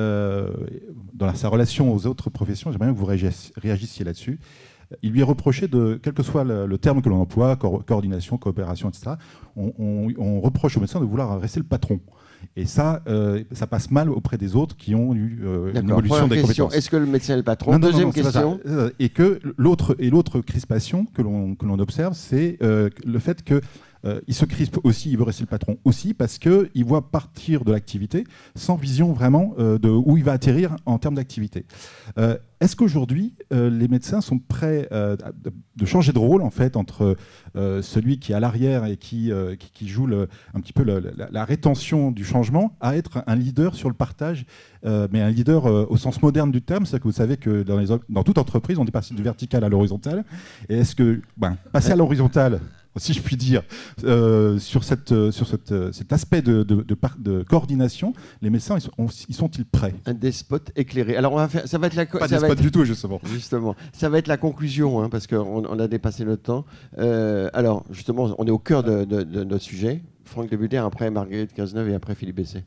F: dans sa relation aux autres professions, j'aimerais bien que vous réagissiez là-dessus. Il lui est reproché quel que soit le terme que l'on emploie, coordination, coopération, etc., on reproche aux médecins de vouloir rester le patron. Et ça passe mal auprès des autres qui ont eu une évolution des compétences.
A: Est-ce que le médecin est le patron ? Deuxième question.
F: Et que l'autre crispation que l'on observe, c'est le fait que il se crispe aussi, il veut rester le patron aussi, parce qu'il voit partir de l'activité sans vision vraiment de où il va atterrir en termes d'activité. Est-ce qu'aujourd'hui, les médecins sont prêts de changer de rôle, en fait, entre celui qui est à l'arrière et qui joue un petit peu la rétention du changement, à être un leader sur le partage, mais un leader au sens moderne du terme, c'est-à-dire que vous savez que dans toute entreprise, on est passé de vertical à l'horizontale, et est-ce que passer à l'horizontale, si je puis dire, sur cet aspect de coordination, les médecins, ils sont-ils prêts ?
A: Un despote éclairé. Alors, ça va être
F: pas despote du tout, justement.
A: Justement. Ça va être la conclusion, parce qu'on a dépassé notre temps. Alors, justement, on est au cœur de notre sujet. Franck Debuter, après Marguerite Cazeneuve et après Philippe Besset.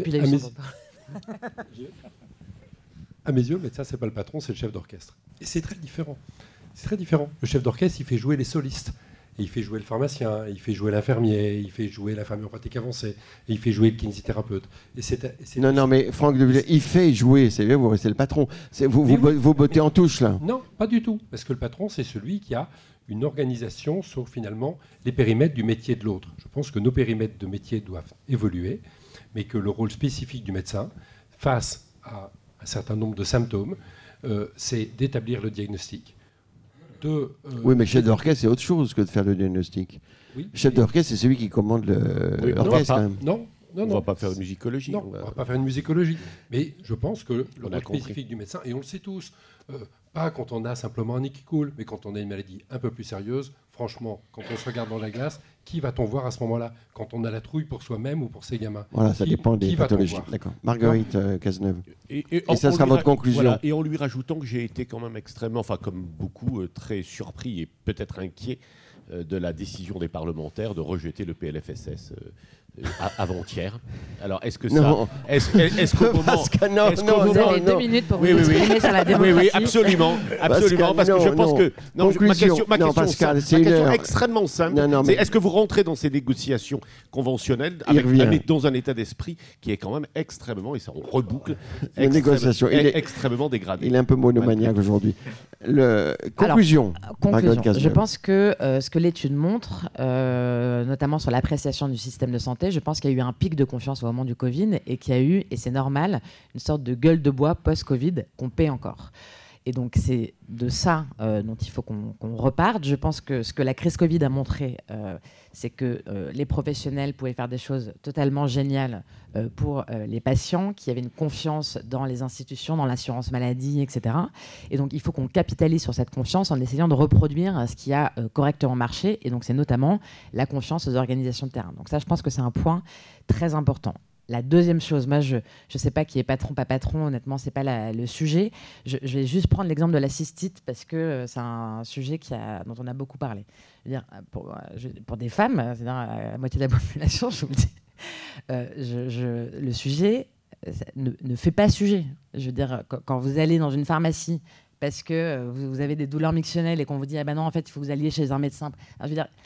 E: À mes yeux, le médecin, c'est pas le patron, c'est le chef d'orchestre. Et c'est très différent. Le chef d'orchestre, il fait jouer les solistes. Et il fait jouer le pharmacien, il fait jouer l'infirmier, il fait jouer l'infirmier en pratique avancée, et il fait jouer le kinésithérapeute.
A: Non, mais Franck Debuter, il fait jouer, c'est bien, vous restez le patron. Vous bottez en touche, là.
E: Non, pas du tout. Parce que le patron, c'est celui qui a une organisation sur, finalement, les périmètres du métier de l'autre. Je pense que nos périmètres de métier doivent évoluer, mais que le rôle spécifique du médecin, face à un certain nombre de symptômes, c'est d'établir le diagnostic.
A: Oui, mais chef d'orchestre, c'est autre chose que de faire le diagnostic. Oui, chef d'orchestre, c'est celui qui commande l'orchestre, quand même.
E: Non.
B: On ne va pas faire une musicologie.
E: Non, on ne va pas faire une musicologie. Mais je pense que le rôle spécifique du médecin, et on le sait tous, pas quand on a simplement un nez qui coule, mais quand on a une maladie un peu plus sérieuse, franchement, quand on se regarde dans la glace, qui va-t-on voir à ce moment-là ? Quand on a la trouille pour soi-même ou pour ses gamins ?
A: Voilà, ça dépend des pathologies. D'accord. Marguerite Cazeneuve. Et ça sera votre conclusion.
B: Voilà, et en lui rajoutant que j'ai été quand même extrêmement, comme beaucoup, très surpris et peut-être inquiet de la décision des parlementaires de rejeter le PLFSS avant-hier. Alors, est-ce que
A: Non.
B: ça... Est-ce qu'au moment...
A: Pascal, non,
B: est-ce qu'au
A: non,
C: Vous
B: moment-
C: avez 2
A: non.
C: minutes pour
B: Oui,
C: vous
B: oui, oui.
C: exprimer sur la
B: Oui,
C: démocratie.
B: oui, absolument. Absolument, parce que je pense que... Non,
A: Conclusion.
B: ma
A: Non,
B: question,
A: Pascal, c'est
B: ma
A: une
B: question
A: heure.
B: extrêmement simple.
A: Non,
B: C'est
A: mais-
B: est-ce que vous rentrez dans ces négociations conventionnelles
A: Il revient.
B: dans un état d'esprit qui est quand même extrêmement, et ça on reboucle,
A: La négociation. Il est-
B: extrêmement dégradé.
A: Il est un peu monomaniaque aujourd'hui. Conclusion.
C: Conclusion.
A: Margaret Caswell.
C: Je pense que ce que l'étude montre, notamment sur l'appréciation du système de santé, je pense qu'il y a eu un pic de confiance au moment du Covid et qu'il y a eu, et c'est normal, une sorte de gueule de bois post-Covid qu'on paie encore. Et donc c'est de ça dont il faut qu'on reparte. Je pense que ce que la crise Covid a montré, c'est que les professionnels pouvaient faire des choses totalement géniales pour les patients, qu'il y avait une confiance dans les institutions, dans l'assurance maladie, etc. Et donc il faut qu'on capitalise sur cette confiance en essayant de reproduire ce qui a correctement marché. Et donc c'est notamment la confiance aux organisations de terrain. Donc ça, je pense que c'est un point très important. La deuxième chose, moi je ne sais pas qui est patron, pas patron, honnêtement, ce n'est pas le sujet. Je vais juste prendre l'exemple de la cystite parce que c'est un sujet dont on a beaucoup parlé. Je veux dire, pour des femmes, c'est-à-dire la moitié de la population, je vous le dis, le sujet ne fait pas sujet. Je veux dire, quand vous allez dans une pharmacie parce que vous avez des douleurs mictionnelles et qu'on vous dit « Ah ben non, en fait, il faut que vous alliez chez un médecin », je veux dire,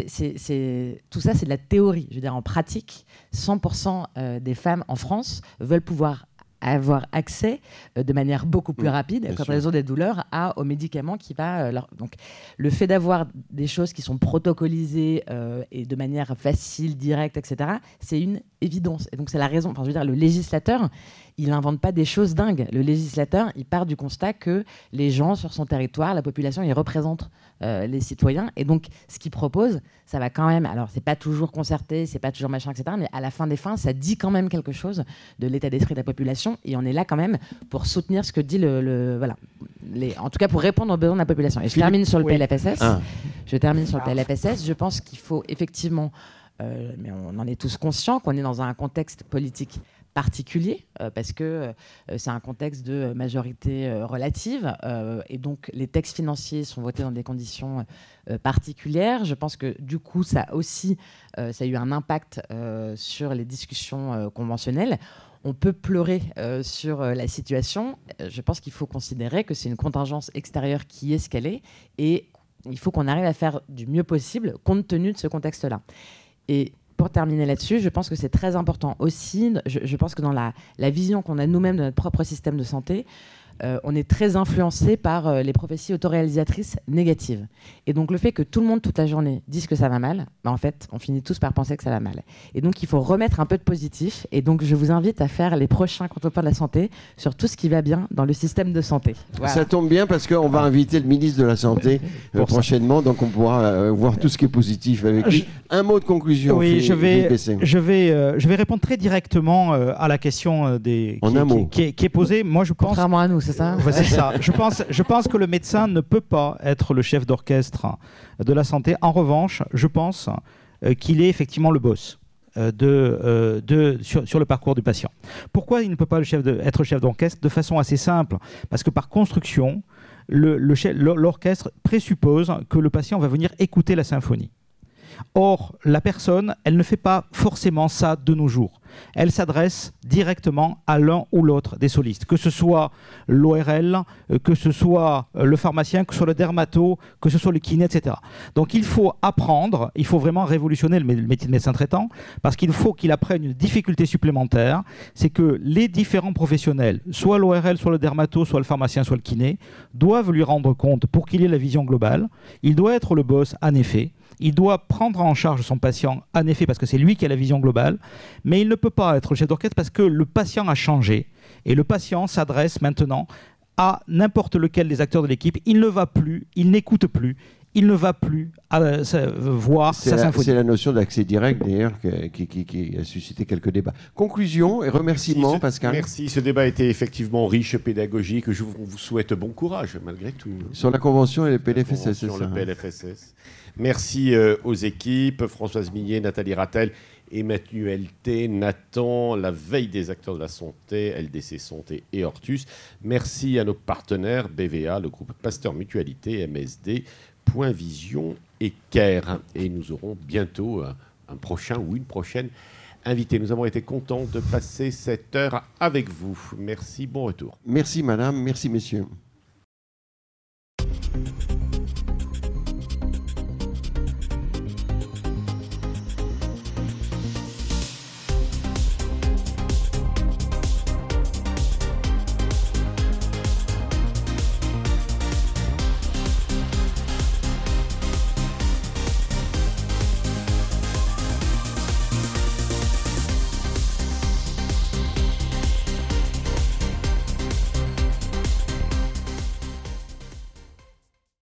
C: tout ça, c'est de la théorie. Je veux dire, en pratique, 100% des femmes en France veulent pouvoir avoir accès de manière beaucoup plus rapide, quand elles ont des douleurs, aux médicaments qui va leur... Donc, le fait d'avoir des choses qui sont protocolisées et de manière facile, directe, etc., c'est une évidence. Et donc, c'est la raison... Enfin, je veux dire, le législateur, il n'invente pas des choses dingues. Le législateur, il part du constat que les gens sur son territoire, la population, ils représentent les citoyens. Et donc, ce qu'il propose, ça va quand même... Alors, c'est pas toujours concerté, c'est pas toujours machin, etc., mais à la fin des fins, ça dit quand même quelque chose de l'état d'esprit de la population. Et on est là quand même pour soutenir ce que dit voilà. En tout cas, pour répondre aux besoins de la population. Et je termine sur le PLFSS. Je termine sur le PLFSS. Je pense qu'il faut effectivement... mais on en est tous conscients qu'on est dans un contexte politique particulier parce que c'est un contexte de majorité relative et donc les textes financiers sont votés dans des conditions particulières. Je pense que du coup ça a eu un impact sur les discussions conventionnelles. On peut pleurer sur la situation. Je pense qu'il faut considérer que c'est une contingence extérieure qui est ce qu'elle est et il faut qu'on arrive à faire du mieux possible compte tenu de ce contexte-là. Et pour terminer là-dessus, je pense que c'est très important aussi. Je pense que dans la vision qu'on a nous-mêmes de notre propre système de santé, on est très influencé par les prophéties autoréalisatrices négatives. Et donc le fait que tout le monde toute la journée dise que ça va mal, en fait, on finit tous par penser que ça va mal. Et donc il faut remettre un peu de positif. Et donc je vous invite à faire les prochains contrepoints de la santé sur tout ce qui va bien dans le système de santé. Voilà.
A: Ça tombe bien parce qu'on va inviter le ministre de la Santé prochainement, donc on pourra voir tout ce qui est positif avec lui. Un mot de conclusion.
D: Oui,
A: Philippe
D: je vais répondre très directement à la question qui est posée. Moi, je pense...
C: Contrairement à nous, c'est ça ?
D: Ouais, c'est ça. Je pense que le médecin ne peut pas être le chef d'orchestre de la santé. En revanche, je pense qu'il est effectivement le boss sur le parcours du patient. Pourquoi il ne peut pas être chef d'orchestre ? De façon assez simple. Parce que par construction, l'orchestre présuppose que le patient va venir écouter la symphonie. Or, la personne, elle ne fait pas forcément ça de nos jours. Elle s'adresse directement à l'un ou l'autre des solistes, que ce soit l'ORL, que ce soit le pharmacien, que ce soit le dermato, que ce soit le kiné, etc. Donc il faut apprendre, il faut vraiment révolutionner le métier de médecin traitant, parce qu'il faut qu'il apprenne une difficulté supplémentaire, c'est que les différents professionnels, soit l'ORL, soit le dermato, soit le pharmacien, soit le kiné, doivent lui rendre compte pour qu'il ait la vision globale. Il doit être le boss, en effet. Il doit prendre en charge son patient, en effet, parce que c'est lui qui a la vision globale, mais il ne peut pas être le chef d'orchestre parce que le patient a changé et le patient s'adresse maintenant à n'importe lequel des acteurs de l'équipe. Il ne va plus, il n'écoute plus, il ne va plus voir sa symphonie.
A: C'est la notion d'accès direct, d'ailleurs, qui a suscité quelques débats. Conclusion et remerciements, Pascal.
B: Merci. Ce débat a été effectivement riche, pédagogique. Je vous souhaite bon courage, malgré tout.
A: Sur la convention et le PLFSS.
B: Sur le PLFSS. Merci aux équipes, Françoise Millet, Nathalie Rattel, Emmanuel T, Nathan, la veille des acteurs de la santé, LDC Santé et Hortus. Merci à nos partenaires, BVA, le groupe Pasteur Mutualité, MSD, Point Vision et CARE. Et nous aurons bientôt un prochain ou une prochaine invités. Nous avons été contents de passer cette heure avec vous. Merci, bon retour.
A: Merci madame, merci messieurs.